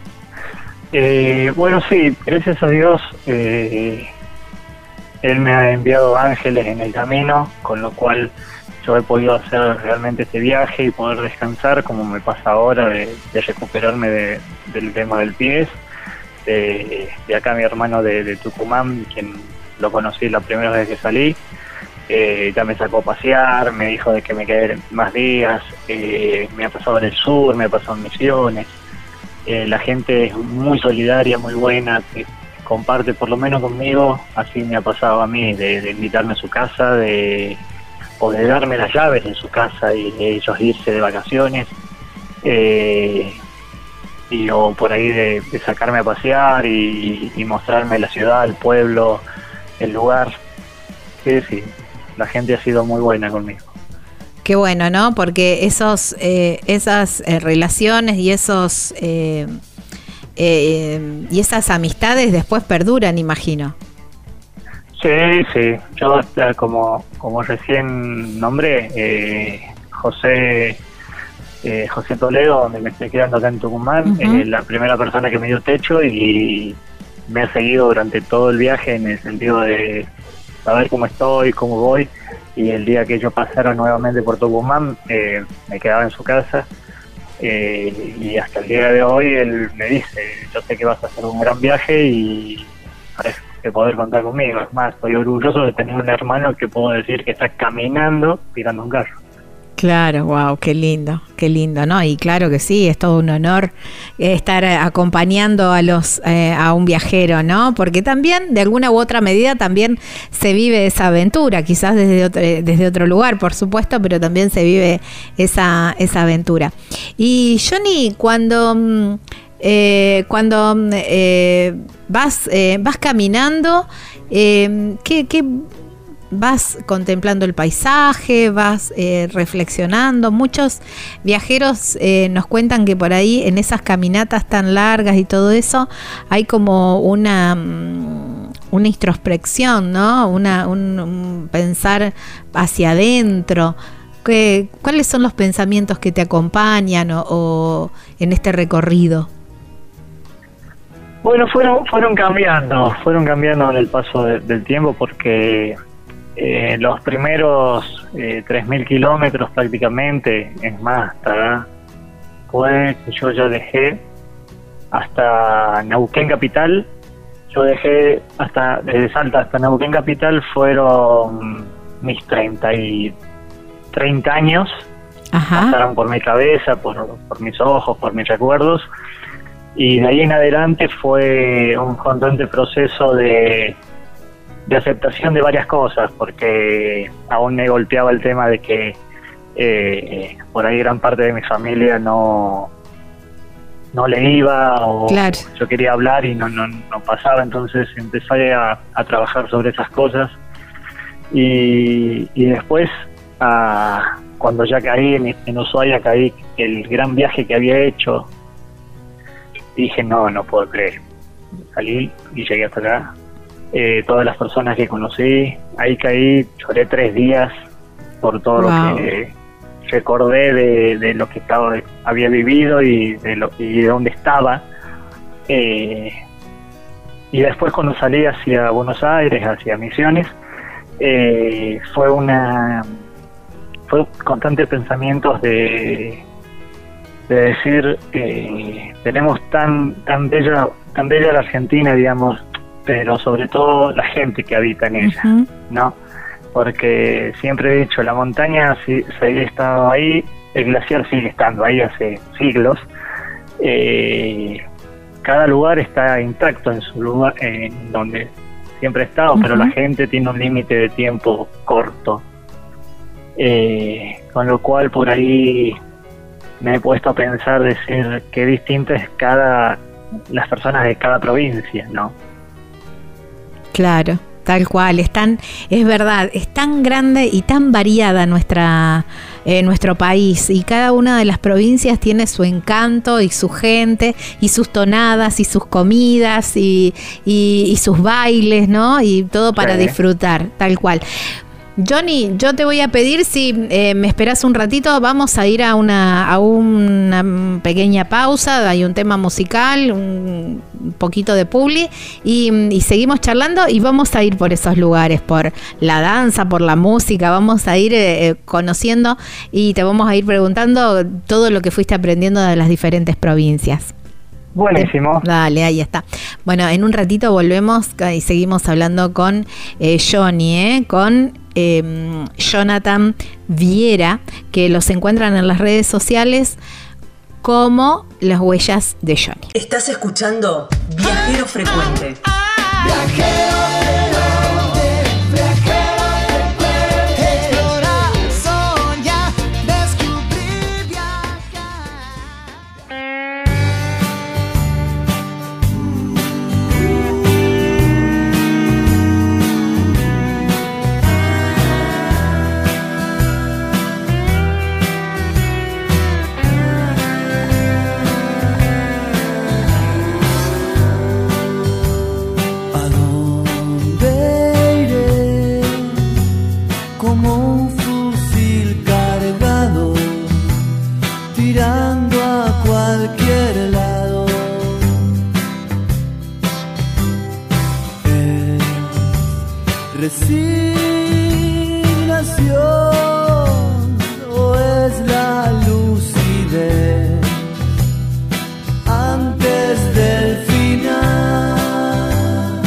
Bueno, sí, gracias a Dios Él me ha enviado ángeles en el camino, con lo cual yo he podido hacer realmente este viaje y poder descansar, como me pasa ahora, de recuperarme del tema del pie. De acá mi hermano de Tucumán, quien lo conocí la primera vez que salí, ya me sacó a pasear, me dijo de que me quedé más días, me ha pasado en el sur, me ha pasado en Misiones. La gente es muy solidaria, muy buena, que comparte por lo menos conmigo, así me ha pasado a mí, de invitarme a su casa, o de darme las llaves de su casa y de ellos irse de vacaciones. o por ahí de sacarme a pasear y mostrarme la ciudad, el pueblo, el lugar. Sí, la gente ha sido muy buena conmigo. Qué bueno, ¿no? Porque esas relaciones y y esas amistades después perduran, imagino. Sí. Yo, como recién nombré, José Toledo, donde me estoy quedando acá en Tucumán, la primera persona que me dio techo y me ha seguido durante todo el viaje en el sentido de saber cómo estoy, cómo voy, y el día que ellos pasaron nuevamente por Tucumán, me quedaba en su casa, y hasta el día de hoy él me dice, yo sé que vas a hacer un gran viaje y sabes que poder contar conmigo. Es más, estoy orgulloso de tener un hermano que puedo decir que está caminando tirando un carro. Claro, wow, qué lindo, ¿no? Y claro que sí, es todo un honor estar acompañando a un viajero, ¿no? Porque también, de alguna u otra medida, también se vive esa aventura, quizás desde otro lugar, por supuesto, pero también se vive esa aventura. Y Johnny, cuando vas caminando, ¿qué vas contemplando el paisaje, vas reflexionando? Muchos viajeros nos cuentan que por ahí en esas caminatas tan largas y todo eso hay como una introspección, ¿no? Un pensar hacia adentro. ¿Cuáles son los pensamientos que te acompañan o en este recorrido? Bueno, fueron cambiando en el paso del tiempo, porque los primeros 3.000 kilómetros prácticamente, es más, fue que yo ya dejé hasta Neuquén Capital. Yo dejé desde Salta hasta Neuquén Capital, fueron mis 30 años. Ajá. Pasaron por mi cabeza, por mis ojos, por mis recuerdos, y de ahí en adelante fue un constante proceso de aceptación de varias cosas, porque aún me golpeaba el tema de que por ahí gran parte de mi familia no le iba, o claro, yo quería hablar y no pasaba. Entonces empecé a trabajar sobre esas cosas, y después cuando ya caí en Ushuaia, caí el gran viaje que había hecho, dije no puedo creer. Salí y llegué hasta acá. Todas las personas que conocí, ahí caí, lloré 3 días por todo lo que recordé de lo que había vivido y de dónde estaba. Y después, cuando salí hacia Buenos Aires, hacia Misiones, fue constantes pensamientos de decir, tenemos tan bella la Argentina, digamos, pero sobre todo la gente que habita en ella, ¿no? Porque siempre he dicho, la montaña sigue estando ahí, el glaciar sigue estando ahí hace siglos, cada lugar está intacto en su lugar, en donde siempre ha estado, pero la gente tiene un límite de tiempo corto, con lo cual por ahí me he puesto a pensar, decir qué distinta es las personas de cada provincia, ¿no? Claro, tal cual, es verdad, es tan grande y tan variada nuestro país, y cada una de las provincias tiene su encanto y su gente y sus tonadas y sus comidas y sus bailes, ¿no? Y todo para disfrutar, tal cual. Johnny, yo te voy a pedir si me esperas un ratito, vamos a ir a una pequeña pausa, hay un tema musical, un poquito de publi y seguimos charlando, y vamos a ir por esos lugares, por la danza, por la música, vamos a ir conociendo y te vamos a ir preguntando todo lo que fuiste aprendiendo de las diferentes provincias. Buenísimo. Dale, ahí está. Bueno, en un ratito volvemos y seguimos hablando con Johnny, con Jonathan Viera, que los encuentran en las redes sociales como Las Huellas de Johnny. Estás escuchando Viajero Frecuente. resignación o es la lucidez antes del final.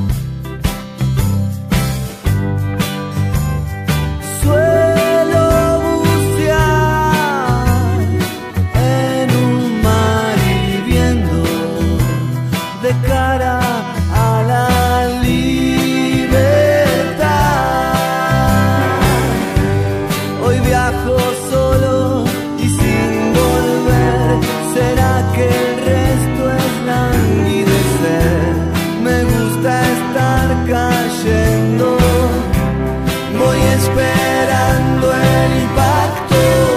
Suelo bucear en un mar hirviendo de cara a la libertad. Hoy viajo solo y sin volver. ¿Será que el resto es languidecer? Me gusta estar cayendo. Voy esperando el impacto.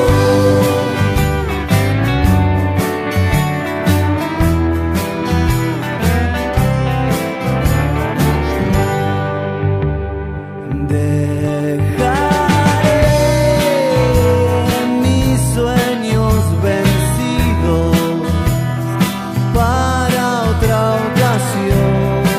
Dejaré mis sueños vencidos para otra ocasión.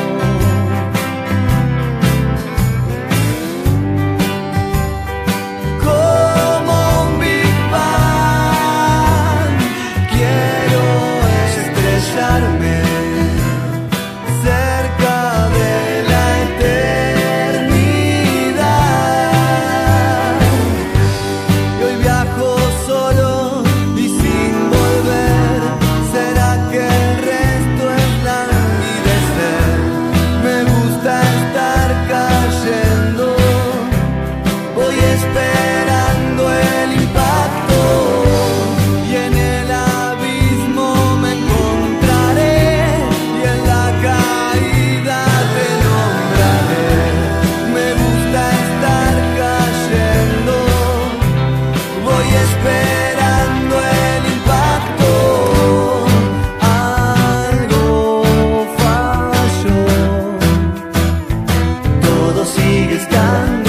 Como un Big Bang quiero estrellarme cerca de la eternidad. Y hoy viajo solo y sin volver. ¿Será que el resto es languidecer? Me gusta estar cayendo. Voy esperando el impacto y en el abismo me encontraré y en la caída te nombraré. Me gusta estar cayendo. Voy esperando el impacto. Algo falló. Todo sigue estando.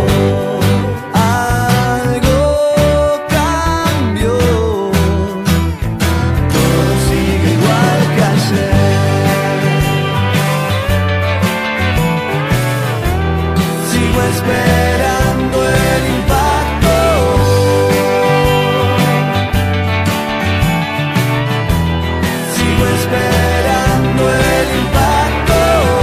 Algo cambió. Todo sigue igual que ayer. Sigo esperando el impacto. Sigo esperando el impacto.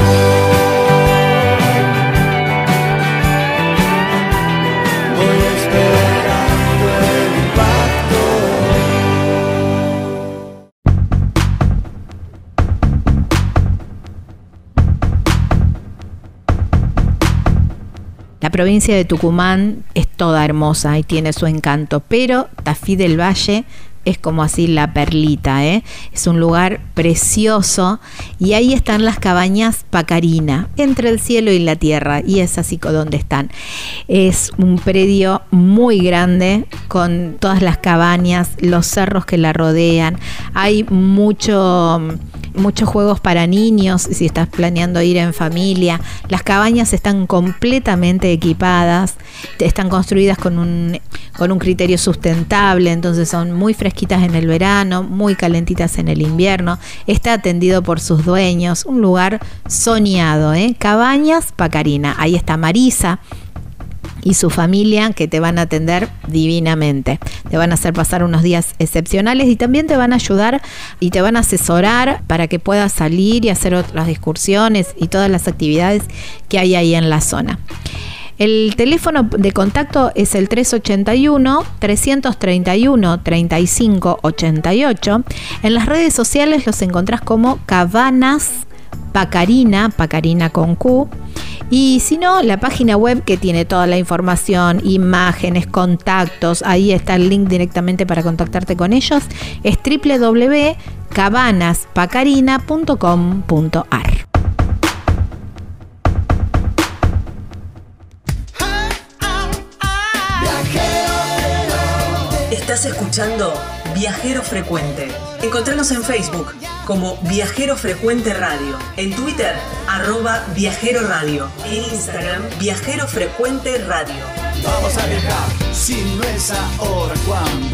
Voy esperando el impacto. La provincia de Tucumán es toda hermosa y tiene su encanto, pero Tafí del Valle es como así la perlita, ¿eh? Es un lugar precioso y ahí están las cabañas Pacarina, entre el cielo y la tierra, y es así donde están. Es un predio muy grande con todas las cabañas, los cerros que la rodean. Hay muchos juegos para niños si estás planeando ir en familia. Las cabañas están completamente equipadas, están construidas con un criterio sustentable, entonces son muy fresquitas en el verano, muy calentitas en el invierno. Está atendido por sus dueños, un lugar soñado, ¿eh? Cabañas Pacarina. Ahí está Marisa y su familia, que te van a atender divinamente. Te van a hacer pasar unos días excepcionales y también te van a ayudar y te van a asesorar para que puedas salir y hacer otras excursiones y todas las actividades que hay ahí en la zona. El teléfono de contacto es el 381-331-3588. En las redes sociales los encontrás como Cabanas Pacarina, Pacarina con Q. Y si no, la página web que tiene toda la información, imágenes, contactos, ahí está el link directamente para contactarte con ellos, es www.cabanaspacarina.com.ar. Estás escuchando Viajero Frecuente. Encontranos en Facebook como Viajero Frecuente Radio, en Twitter @Viajero Radio, en Instagram Viajero Frecuente Radio. Vamos a viajar, si no es ahora, ¿cuándo?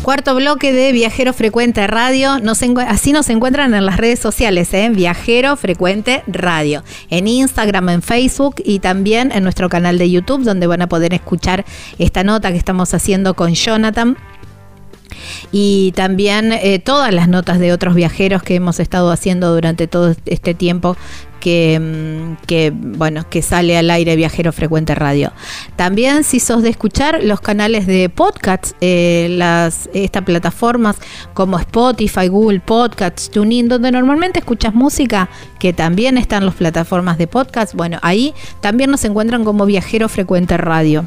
Cuarto bloque de Viajero Frecuente Radio. Así nos encuentran en las redes sociales, Viajero Frecuente Radio. En Instagram, en Facebook y también en nuestro canal de YouTube, donde van a poder escuchar esta nota que estamos haciendo con Jonathan. Y también todas las notas de otros viajeros que hemos estado haciendo durante todo este tiempo que sale al aire Viajero Frecuente Radio. También, si sos de escuchar los canales de podcast, estas plataformas como Spotify, Google Podcasts, TuneIn, donde normalmente escuchas música, que también están las plataformas de podcast, bueno, ahí también nos encuentran como Viajero Frecuente Radio.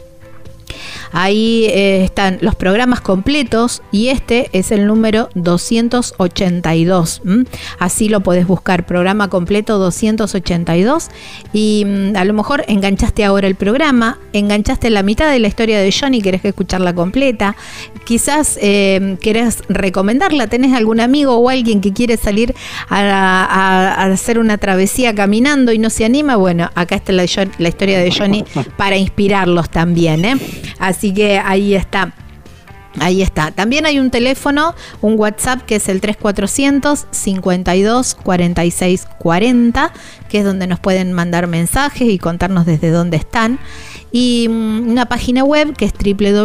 Ahí están los programas completos y este es el número 282. Así lo podés buscar, programa completo 282. Y a lo mejor enganchaste ahora el programa, enganchaste la mitad de la historia de Johnny, querés escucharla completa. Quizás querés recomendarla, tenés algún amigo o alguien que quiere salir a hacer una travesía caminando y no se anima. Bueno, acá está la historia de Johnny para inspirarlos también, Así que ahí está. Ahí está. También hay un teléfono, un WhatsApp, que es el 3400 52 46 40, que es donde nos pueden mandar mensajes y contarnos desde dónde están. Y una página web que es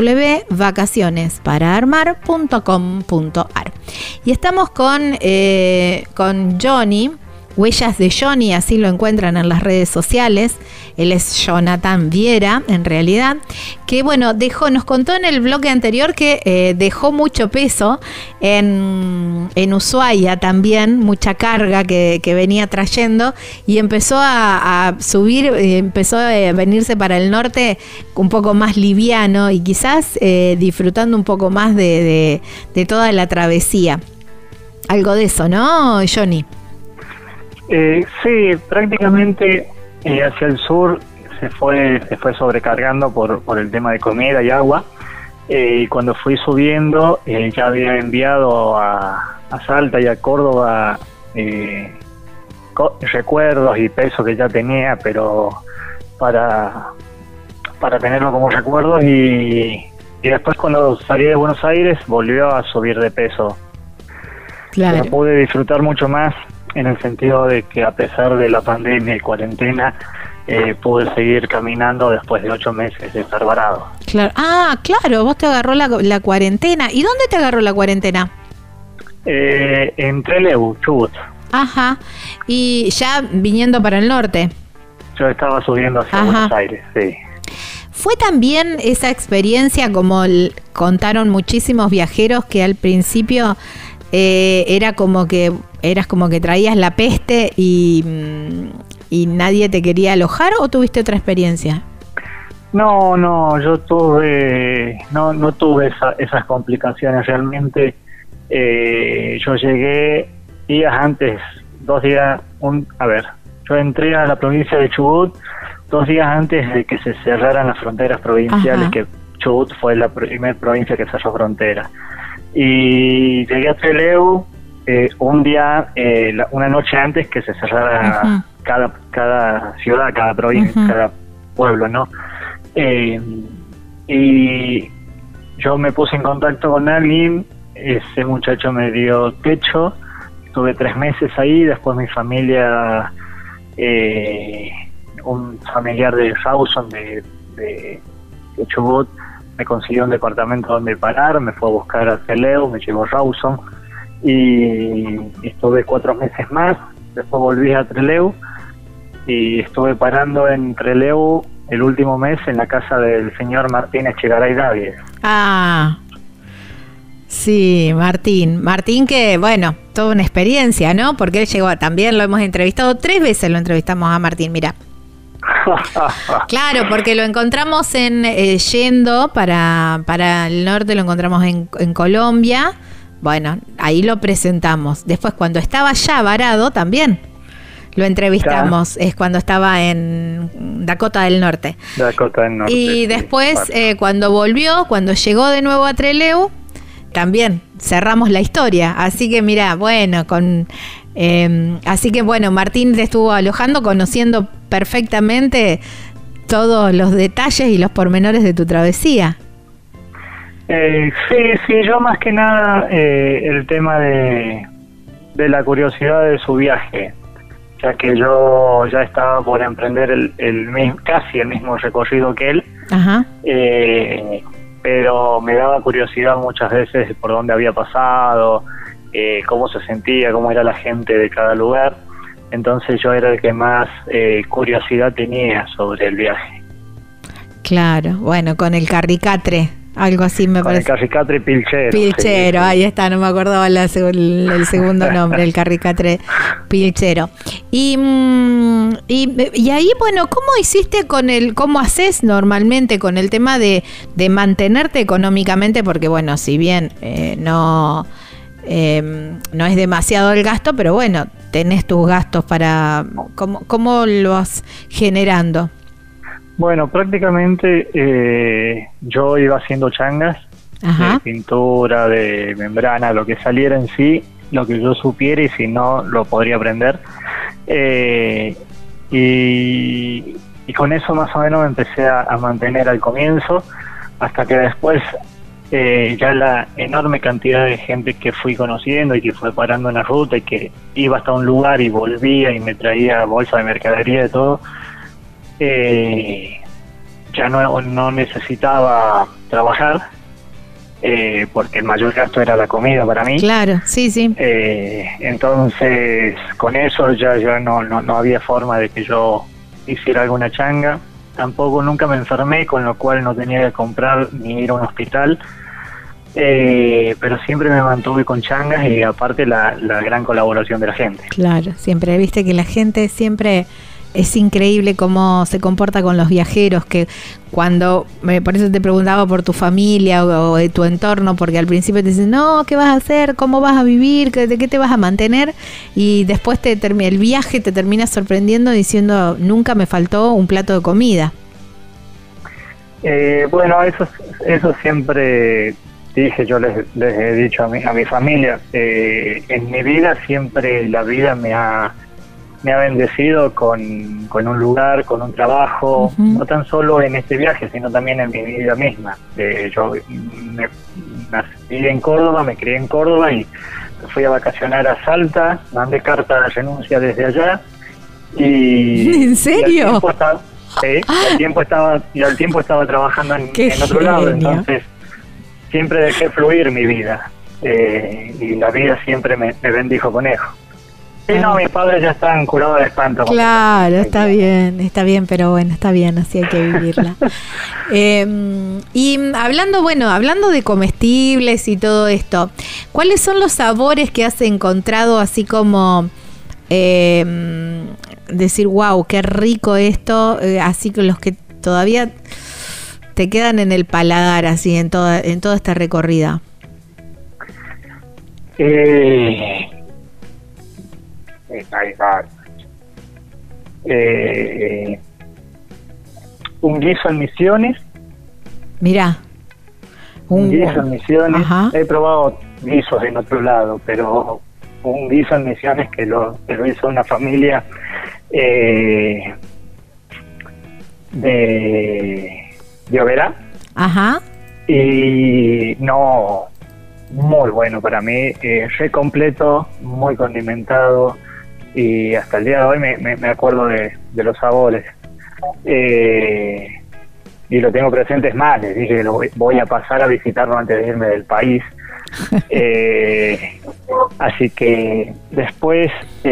www.vacacionesparaarmar.com.ar. Y estamos con Johnny. Huellas de Johnny, así lo encuentran en las redes sociales. Él es Jonathan Viera, en realidad, que bueno, nos contó en el bloque anterior que dejó mucho peso en Ushuaia también, mucha carga que venía trayendo, y empezó a subir, empezó a venirse para el norte un poco más liviano y quizás disfrutando un poco más de toda la travesía. Algo de eso, ¿no, Johnny? Sí, prácticamente hacia el sur se fue sobrecargando por el tema de comida y agua, y cuando fui subiendo ya había enviado a Salta y a Córdoba recuerdos y peso que ya tenía, pero para tenerlo como recuerdos, y después cuando salí de Buenos Aires volvió a subir de peso. Claro. Pero pude disfrutar mucho más, en el sentido de que a pesar de la pandemia y cuarentena, pude seguir caminando después de 8 meses de estar varado. Claro. Ah, claro, vos te agarró la cuarentena. ¿Y dónde te agarró la cuarentena? En Trelew, Chubut. Ajá. Y ya viniendo para el norte. Yo estaba subiendo hacia Buenos Aires, sí. ¿Fue también esa experiencia, como contaron muchísimos viajeros, que al principio eras como que traías la peste y nadie te quería alojar, o tuviste otra experiencia? No, yo no tuve esas complicaciones realmente. Yo llegué días antes, 2 días, yo entré a la provincia de Chubut 2 días antes de que se cerraran las fronteras provinciales. Ajá. Que Chubut fue la primera provincia que cerró frontera. Y llegué a Trelew un día, una noche antes que se cerrara cada ciudad, cada provincia, cada pueblo, ¿no? Y yo me puse en contacto con alguien, ese muchacho me dio techo, estuve 3 meses ahí, después mi familia, un familiar de Rawson, de Chubut, me consiguió un departamento donde parar, me fue a buscar a Trelew, me llevó a Rawson y estuve 4 meses más. Después volví a Trelew y estuve parando en Trelew el último mes en la casa del señor Martín Echegaray Davies. Ah, sí, Martín, que bueno, toda una experiencia, ¿no? Porque él llegó, también lo hemos entrevistado 3 veces, lo entrevistamos a Martín, mira. Claro, porque lo encontramos yendo para el norte, lo encontramos en Colombia. Bueno, ahí lo presentamos. Después, cuando estaba ya varado, también lo entrevistamos. Claro. Es cuando estaba en Dakota del Norte. Y después, cuando llegó de nuevo a Trelew, también cerramos la historia. Así que mira, bueno, Martín te estuvo alojando, conociendo perfectamente todos los detalles y los pormenores de tu travesía. Sí, yo más que nada el tema de la curiosidad de su viaje, ya que yo ya estaba por emprender casi el mismo recorrido que él. Ajá. Pero me daba curiosidad muchas veces por dónde había pasado, cómo se sentía, cómo era la gente de cada lugar. Entonces yo era el que más curiosidad tenía sobre el viaje. Claro, bueno, con el Carricatre, algo así me parece. Con el Carricatre Pilchero. Pilchero, sí. Ahí está, no me acordaba el segundo nombre, el Carricatre Pilchero. Y ahí, bueno, ¿cómo hiciste cómo haces normalmente con el tema de mantenerte económicamente? Porque bueno, si bien no es demasiado el gasto, pero bueno, tenés tus gastos para... ¿Cómo lo vas generando? Bueno, prácticamente yo iba haciendo changas. Ajá. De pintura, de membrana, lo que saliera en sí, lo que yo supiera, y si no, lo podría aprender. Y con eso más o menos me empecé a mantener al comienzo, hasta que después ya la enorme cantidad de gente que fui conociendo y que fue parando en la ruta y que iba hasta un lugar y volvía y me traía bolsa de mercadería de todo, ya no necesitaba trabajar, porque el mayor gasto era la comida para mí. Claro, sí. Entonces con eso ya no había forma de que yo hiciera alguna changa. Tampoco nunca me enfermé, con lo cual no tenía que comprar ni ir a un hospital, pero siempre me mantuve con changas, y aparte la gran colaboración de la gente. Claro, siempre, viste que la gente siempre... Es increíble cómo se comporta con los viajeros, que por eso te preguntaba por tu familia o de tu entorno, porque al principio te dicen, no, ¿qué vas a hacer? ¿Cómo vas a vivir? ¿De qué te vas a mantener? Y después el viaje te termina sorprendiendo diciendo, nunca me faltó un plato de comida. Bueno, eso siempre dije, yo les he dicho a mi familia, en mi vida siempre la vida me ha bendecido con un lugar, con un trabajo, no tan solo en este viaje, sino también en mi vida misma. Yo nací en Córdoba, me crié en Córdoba y fui a vacacionar a Salta, mandé carta de renuncia desde allá. Y, ¿en serio? Y al tiempo estaba trabajando en otro lado, entonces siempre dejé fluir mi vida, y la vida siempre me bendijo con eso. Sí, no, mis padres ya están curados de espanto. Claro, está bien, pero bueno, está bien, así hay que vivirla. Y hablando de comestibles y todo esto, ¿cuáles son los sabores que has encontrado así como decir, wow, qué rico esto, así que los que todavía te quedan en el paladar, así en toda esta recorrida? Un guiso en Misiones. Mirá, un guiso en Misiones. Ajá. He probado guisos en otro lado, pero un guiso en Misiones que lo hizo una familia de Oberá. Ajá. Y muy bueno para mí, re completo, muy condimentado, y hasta el día de hoy me acuerdo de los sabores, y lo tengo presente. Es más, les dije que voy a pasar a visitarlo antes de irme del país. Así que después,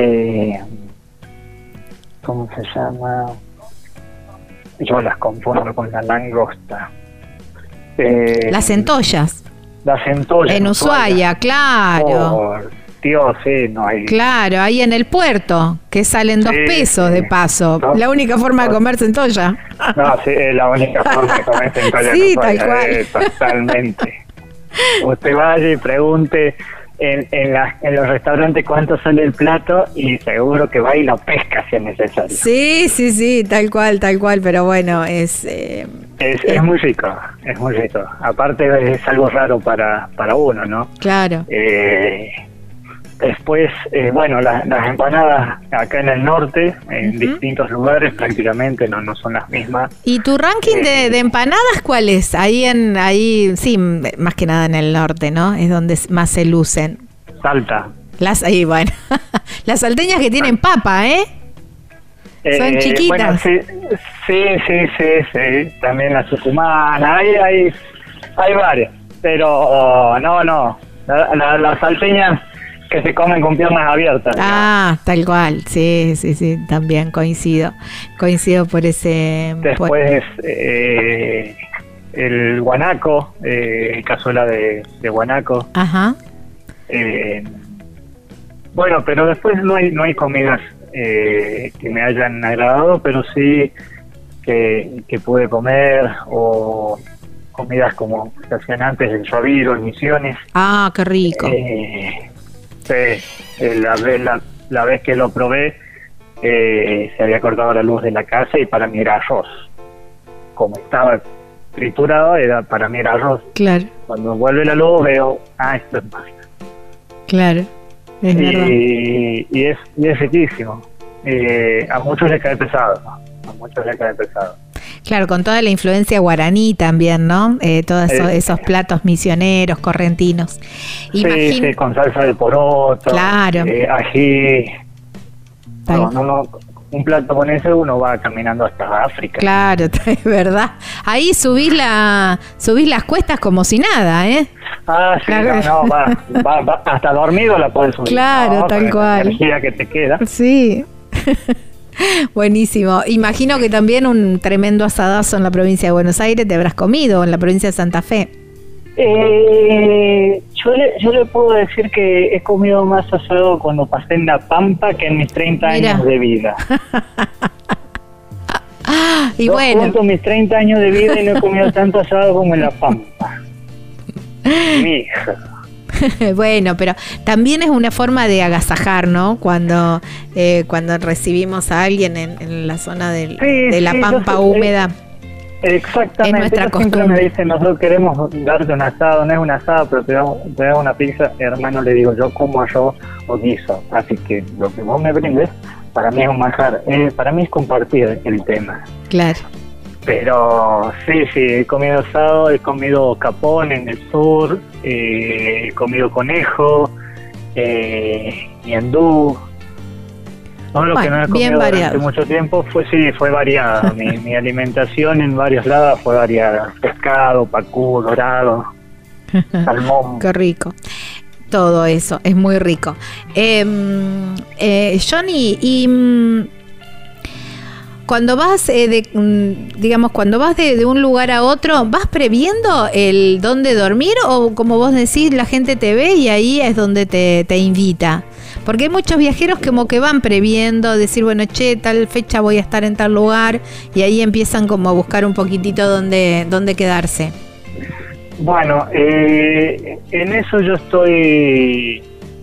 ¿cómo se llama? Yo las confundo con la langosta. Las centollas. Las centollas. En Ushuaia, claro. Dios, sí, no hay. Claro, ahí en el puerto, que salen 2 pesos de paso. No, la única forma de comer centolla. No, sí, es la única forma de comer centolla. Sí, tal cual. Totalmente. Usted vaya y pregunte en los restaurantes cuánto sale el plato, y seguro que va y lo pesca si es necesario. Sí, tal cual, pero bueno, es muy rico, es muy rico. Aparte es algo raro para uno, ¿no? Claro. Después, bueno, las empanadas acá en el norte, en distintos lugares prácticamente no son las mismas. ¿Y tu ranking de empanadas cuál es? Ahí, sí, más que nada en el norte, ¿no? Es donde más se lucen. Salta. Ahí, bueno. Las salteñas que tienen papa, ¿eh? Son chiquitas. Bueno, sí. También las tucumanas, hay varias. Pero no. Las salteñas que se comen con piernas abiertas. Ah, tal cual, sí, también coincido por ese... Después el guanaco, cazuela de guanaco. Ajá. Bueno, pero después no hay comidas que me hayan agradado, pero sí que pude comer, o comidas como se hacían antes en Suaviro, en Misiones. Ah, qué rico. Sí, la vez que lo probé, se había cortado la luz de la casa y para mí era arroz. Como estaba triturado, para mí era arroz. Claro. Cuando vuelve la luz veo, esto es pasta. Claro, es verdad. Y es riquísimo. A muchos les cae pesado, ¿no? Claro, con toda la influencia guaraní también, ¿no? Todos esos platos misioneros, correntinos. Sí, con salsa de poroto, claro. Ají. No, un plato con ese uno va caminando hasta África. Claro, es verdad. Ahí subís las cuestas como si nada, ¿eh? Ah, sí, claro. va hasta dormido la puedes subir. Claro, ¿no? tal cual. La energía que te queda. Sí. Buenísimo. Imagino que también un tremendo asadazo en la provincia de Buenos Aires te habrás comido, en la provincia de Santa Fe. Yo le puedo decir que he comido más asado cuando pasé en La Pampa que en mis 30 años de vida. Y bueno, cuento mis 30 años de vida y no he comido tanto asado como en La Pampa. Mi hija. Bueno, pero también es una forma de agasajar, ¿no? Cuando recibimos a alguien en la zona de la Pampa húmeda. Exactamente. Es nuestra costumbre. Siempre me dicen, nosotros queremos darte un asado, no es un asado, pero te damos una pizza. Hermano, le digo, yo como arroz o guiso. Así que lo que vos me brindes, para mí es un manjar. Para mí es compartir el tema. Claro. Pero sí, he comido asado, he comido capón en el sur, he comido conejo, ñandú. Todo lo que no he comido durante mucho tiempo fue variada. Mi alimentación en varios lados fue variada. Pescado, pacú, dorado, salmón. Qué rico. Todo eso es muy rico. Johnny, y cuando vas cuando vas de un lugar a otro, ¿vas previendo el dónde dormir, o como vos decís, la gente te ve y ahí es donde te invita? Porque hay muchos viajeros como que van previendo, decir, bueno, tal fecha voy a estar en tal lugar, y ahí empiezan como a buscar un poquitito dónde quedarse. Bueno, en eso yo estoy...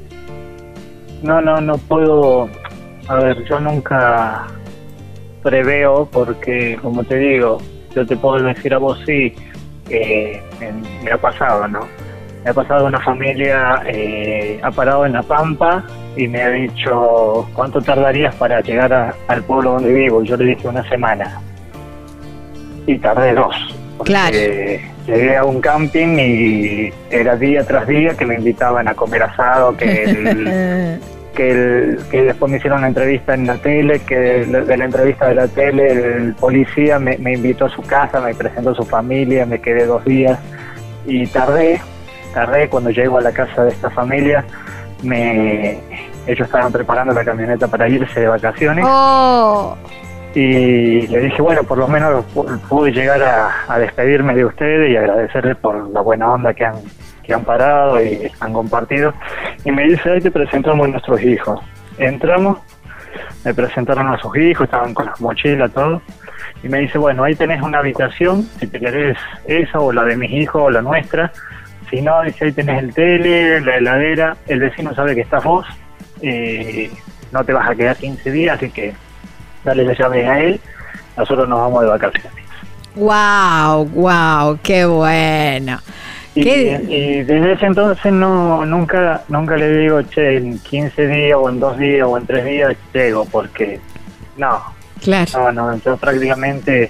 No puedo... A ver, yo nunca preveo, porque, como te digo, yo te puedo decir a vos, sí, me ha pasado, ¿no? Me ha pasado una familia, ha parado en La Pampa y me ha dicho, ¿cuánto tardarías para llegar al pueblo donde vivo? Y yo le dije 1 semana. Y tardé 2. Claro. Llegué a un camping y era día tras día que me invitaban a comer asado, que después me hicieron una entrevista en la tele, que de la entrevista de la tele el policía me invitó a su casa, me presentó a su familia, me quedé 2 días y tardé. Cuando llego a la casa de esta familia, ellos estaban preparando la camioneta para irse de vacaciones. Oh. Y le dije, bueno, por lo menos pude llegar a despedirme de ustedes y agradecerles por la buena onda que han parado y han compartido. Y me dice, ahí te presentamos a nuestros hijos. Entramos, me presentaron a sus hijos, estaban con las mochilas, todo. Y me dice, bueno, ahí tenés una habitación, si te querés esa o la de mis hijos o la nuestra. Si no, dice, ahí tenés el tele, la heladera, el vecino sabe que estás vos, no te vas a quedar 15 días, así que dale la llave a él, nosotros nos vamos de vacaciones. ¡Wow! ¡Wow! ¡Qué bueno! Y desde ese entonces nunca le digo, che, en 15 días o en 2 días o en 3 días llego, porque no. Claro. No, yo prácticamente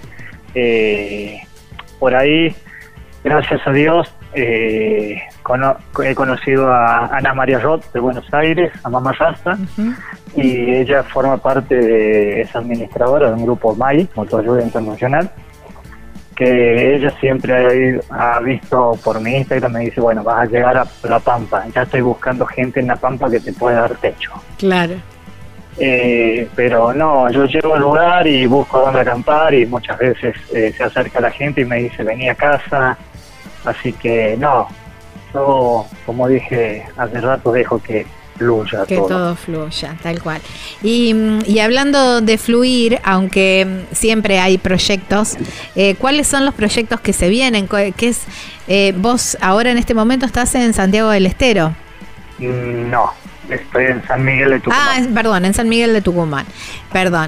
por ahí, gracias a Dios, he conocido a Ana María Roth de Buenos Aires, a Mamá Rasta, y ella forma parte es administradora de un grupo MAI, Motoayuda Internacional, que ella siempre ha visto por mi Instagram, me dice, bueno, vas a llegar a La Pampa, ya estoy buscando gente en La Pampa que te pueda dar techo. Claro. Pero no, yo llego al lugar y busco dónde acampar, y muchas veces se acerca la gente y me dice, vení a casa, así que no, yo, como dije hace rato, dejo que fluya que todo fluya, tal cual. Y hablando de fluir, aunque siempre hay proyectos, ¿cuáles son los proyectos que se vienen? ¿Qué es, vos ahora en este momento estás en Santiago del Estero? No, estoy en San Miguel de Tucumán. Perdón, en San Miguel de Tucumán, perdón.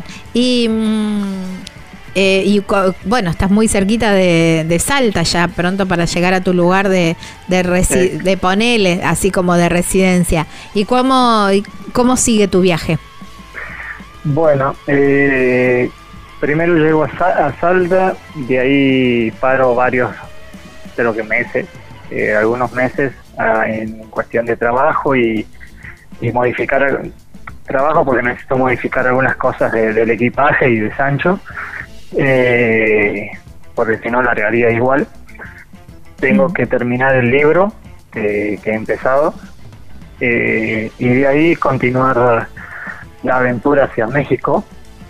Bueno, estás muy cerquita de Salta, ya pronto para llegar a tu lugar de ponele, así como de residencia. ¿Y cómo sigue tu viaje? Bueno, primero llego a Salta, de ahí paro varios, creo que meses, algunos meses en cuestión de trabajo y modificar trabajo, porque necesito modificar algunas cosas del equipaje y de Sancho. Porque si no largaría igual. Tengo que terminar el libro que he empezado, y de ahí continuar la aventura hacia México,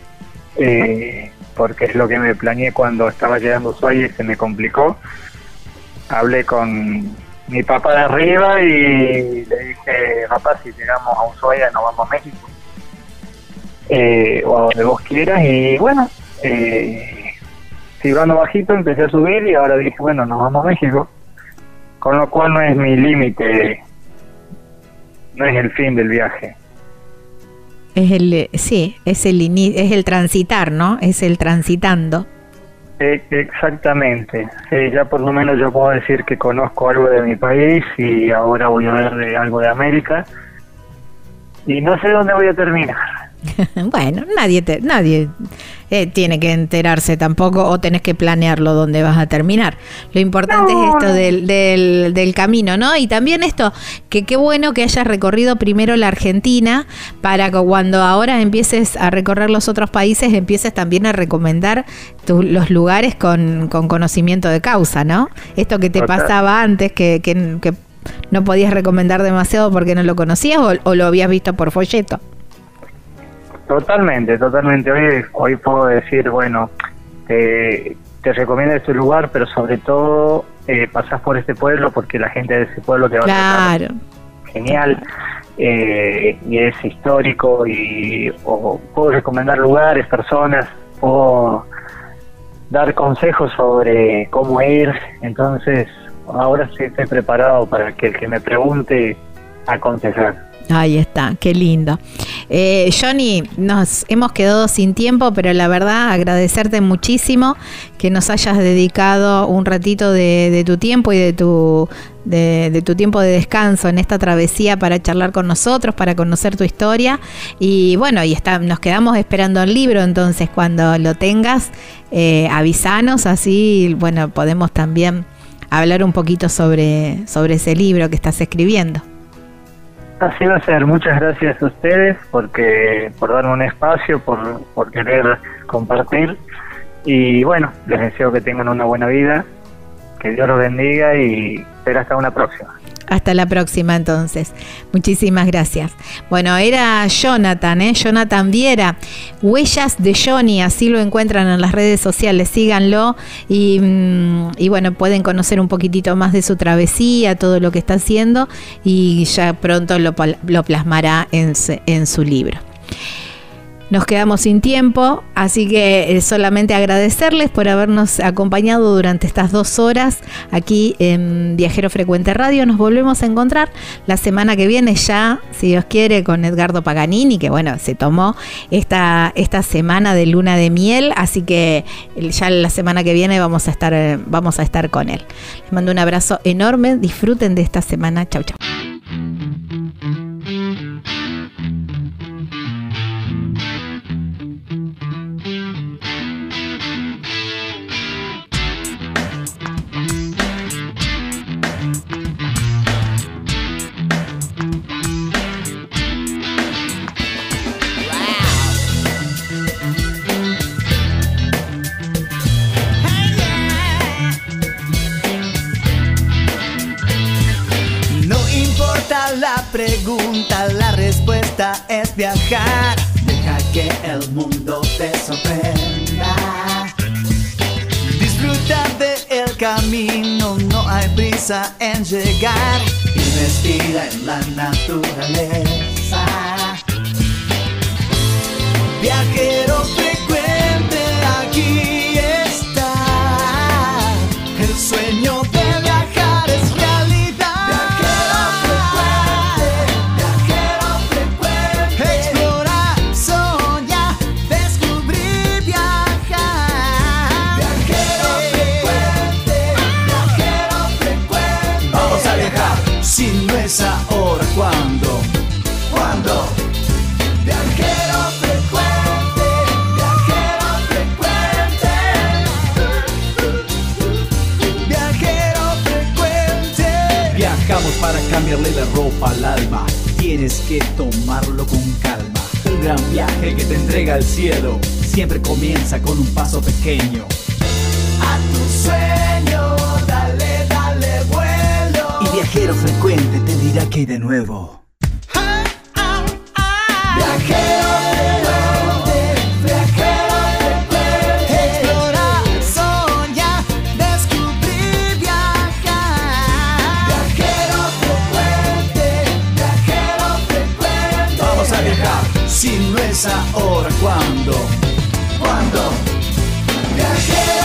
porque es lo que me planeé cuando estaba llegando a Ushuaia y se me complicó. Hablé con mi papá de arriba y le dije, papá, si llegamos a Ushuaia nos vamos a México, o a donde vos quieras. Y bueno, tirando bajito empecé a subir, y ahora dije, bueno, nos vamos a México, con lo cual no es mi límite, no es el fin del viaje. Es el transitar, ¿no? Es el transitando. Exactamente. Ya por lo menos yo puedo decir que conozco algo de mi país, y ahora voy a ver algo de América, y no sé dónde voy a terminar. Bueno, nadie tiene que enterarse tampoco, o tenés que planearlo dónde vas a terminar. Lo importante es esto del camino, ¿no? Y también esto, que qué bueno que hayas recorrido primero la Argentina, para que cuando ahora empieces a recorrer los otros países, empieces también a recomendar los lugares con conocimiento de causa, ¿no? Esto que te pasaba antes, que no podías recomendar demasiado porque no lo conocías, o lo habías visto por folleto. Totalmente. Hoy puedo decir, bueno, te recomiendo este lugar, pero sobre todo pasás por este pueblo porque la gente de ese pueblo te va a tratar genial, y es histórico, o puedo recomendar lugares, personas, o dar consejos sobre cómo ir. Entonces ahora sí estoy preparado para que el que me pregunte, aconsejar. Ahí está, qué lindo. Johnny, nos hemos quedado sin tiempo, pero la verdad agradecerte muchísimo que nos hayas dedicado un ratito de tu tiempo y de tu tiempo de descanso en esta travesía para charlar con nosotros, para conocer tu historia. Y bueno, nos quedamos esperando el libro, entonces cuando lo tengas, avísanos, así bueno, podemos también hablar un poquito sobre ese libro que estás escribiendo. Así va a ser. Muchas gracias a ustedes por darme un espacio, por querer compartir, y bueno, les deseo que tengan una buena vida, que Dios los bendiga, y será hasta una próxima. Hasta la próxima, entonces. Muchísimas gracias. Bueno, era Jonathan Viera, Huellas de Johnny, así lo encuentran en las redes sociales, síganlo, y bueno, pueden conocer un poquitito más de su travesía, todo lo que está haciendo, y ya pronto lo plasmará en su libro. nos quedamos sin tiempo, así que solamente agradecerles por habernos acompañado durante estas 2 horas aquí en Viajero Frecuente Radio. Nos volvemos a encontrar la semana que viene ya, si Dios quiere, con Edgardo Paganini, que bueno, se tomó esta semana de luna de miel, así que ya la semana que viene vamos a estar con él. Les mando un abrazo enorme, disfruten de esta semana. Chau, chau. La pregunta, la respuesta es viajar. Deja que el mundo te sorprenda. Disfruta del camino, no hay prisa en llegar. Y respira en la naturaleza. Viajero frecuente, aquí está. El sueño de viajar es ahora, ¿cuándo? Viajero frecuente, viajero frecuente, viajero frecuente. Viajamos para cambiarle la ropa al alma. Tienes que tomarlo con calma. Un gran viaje que te entrega al cielo. Siempre comienza con un paso pequeño. A tu sueño, dale, dale vuelo. Y Viajero Frecuente te dirá que hay de nuevo. Viajero frecuente, viajero frecuente. Explorar, soñar, descubrir, viajar. Viajero frecuente, viajero frecuente. Vamos a viajar. Si no es ahora, ¿cuándo? Viajero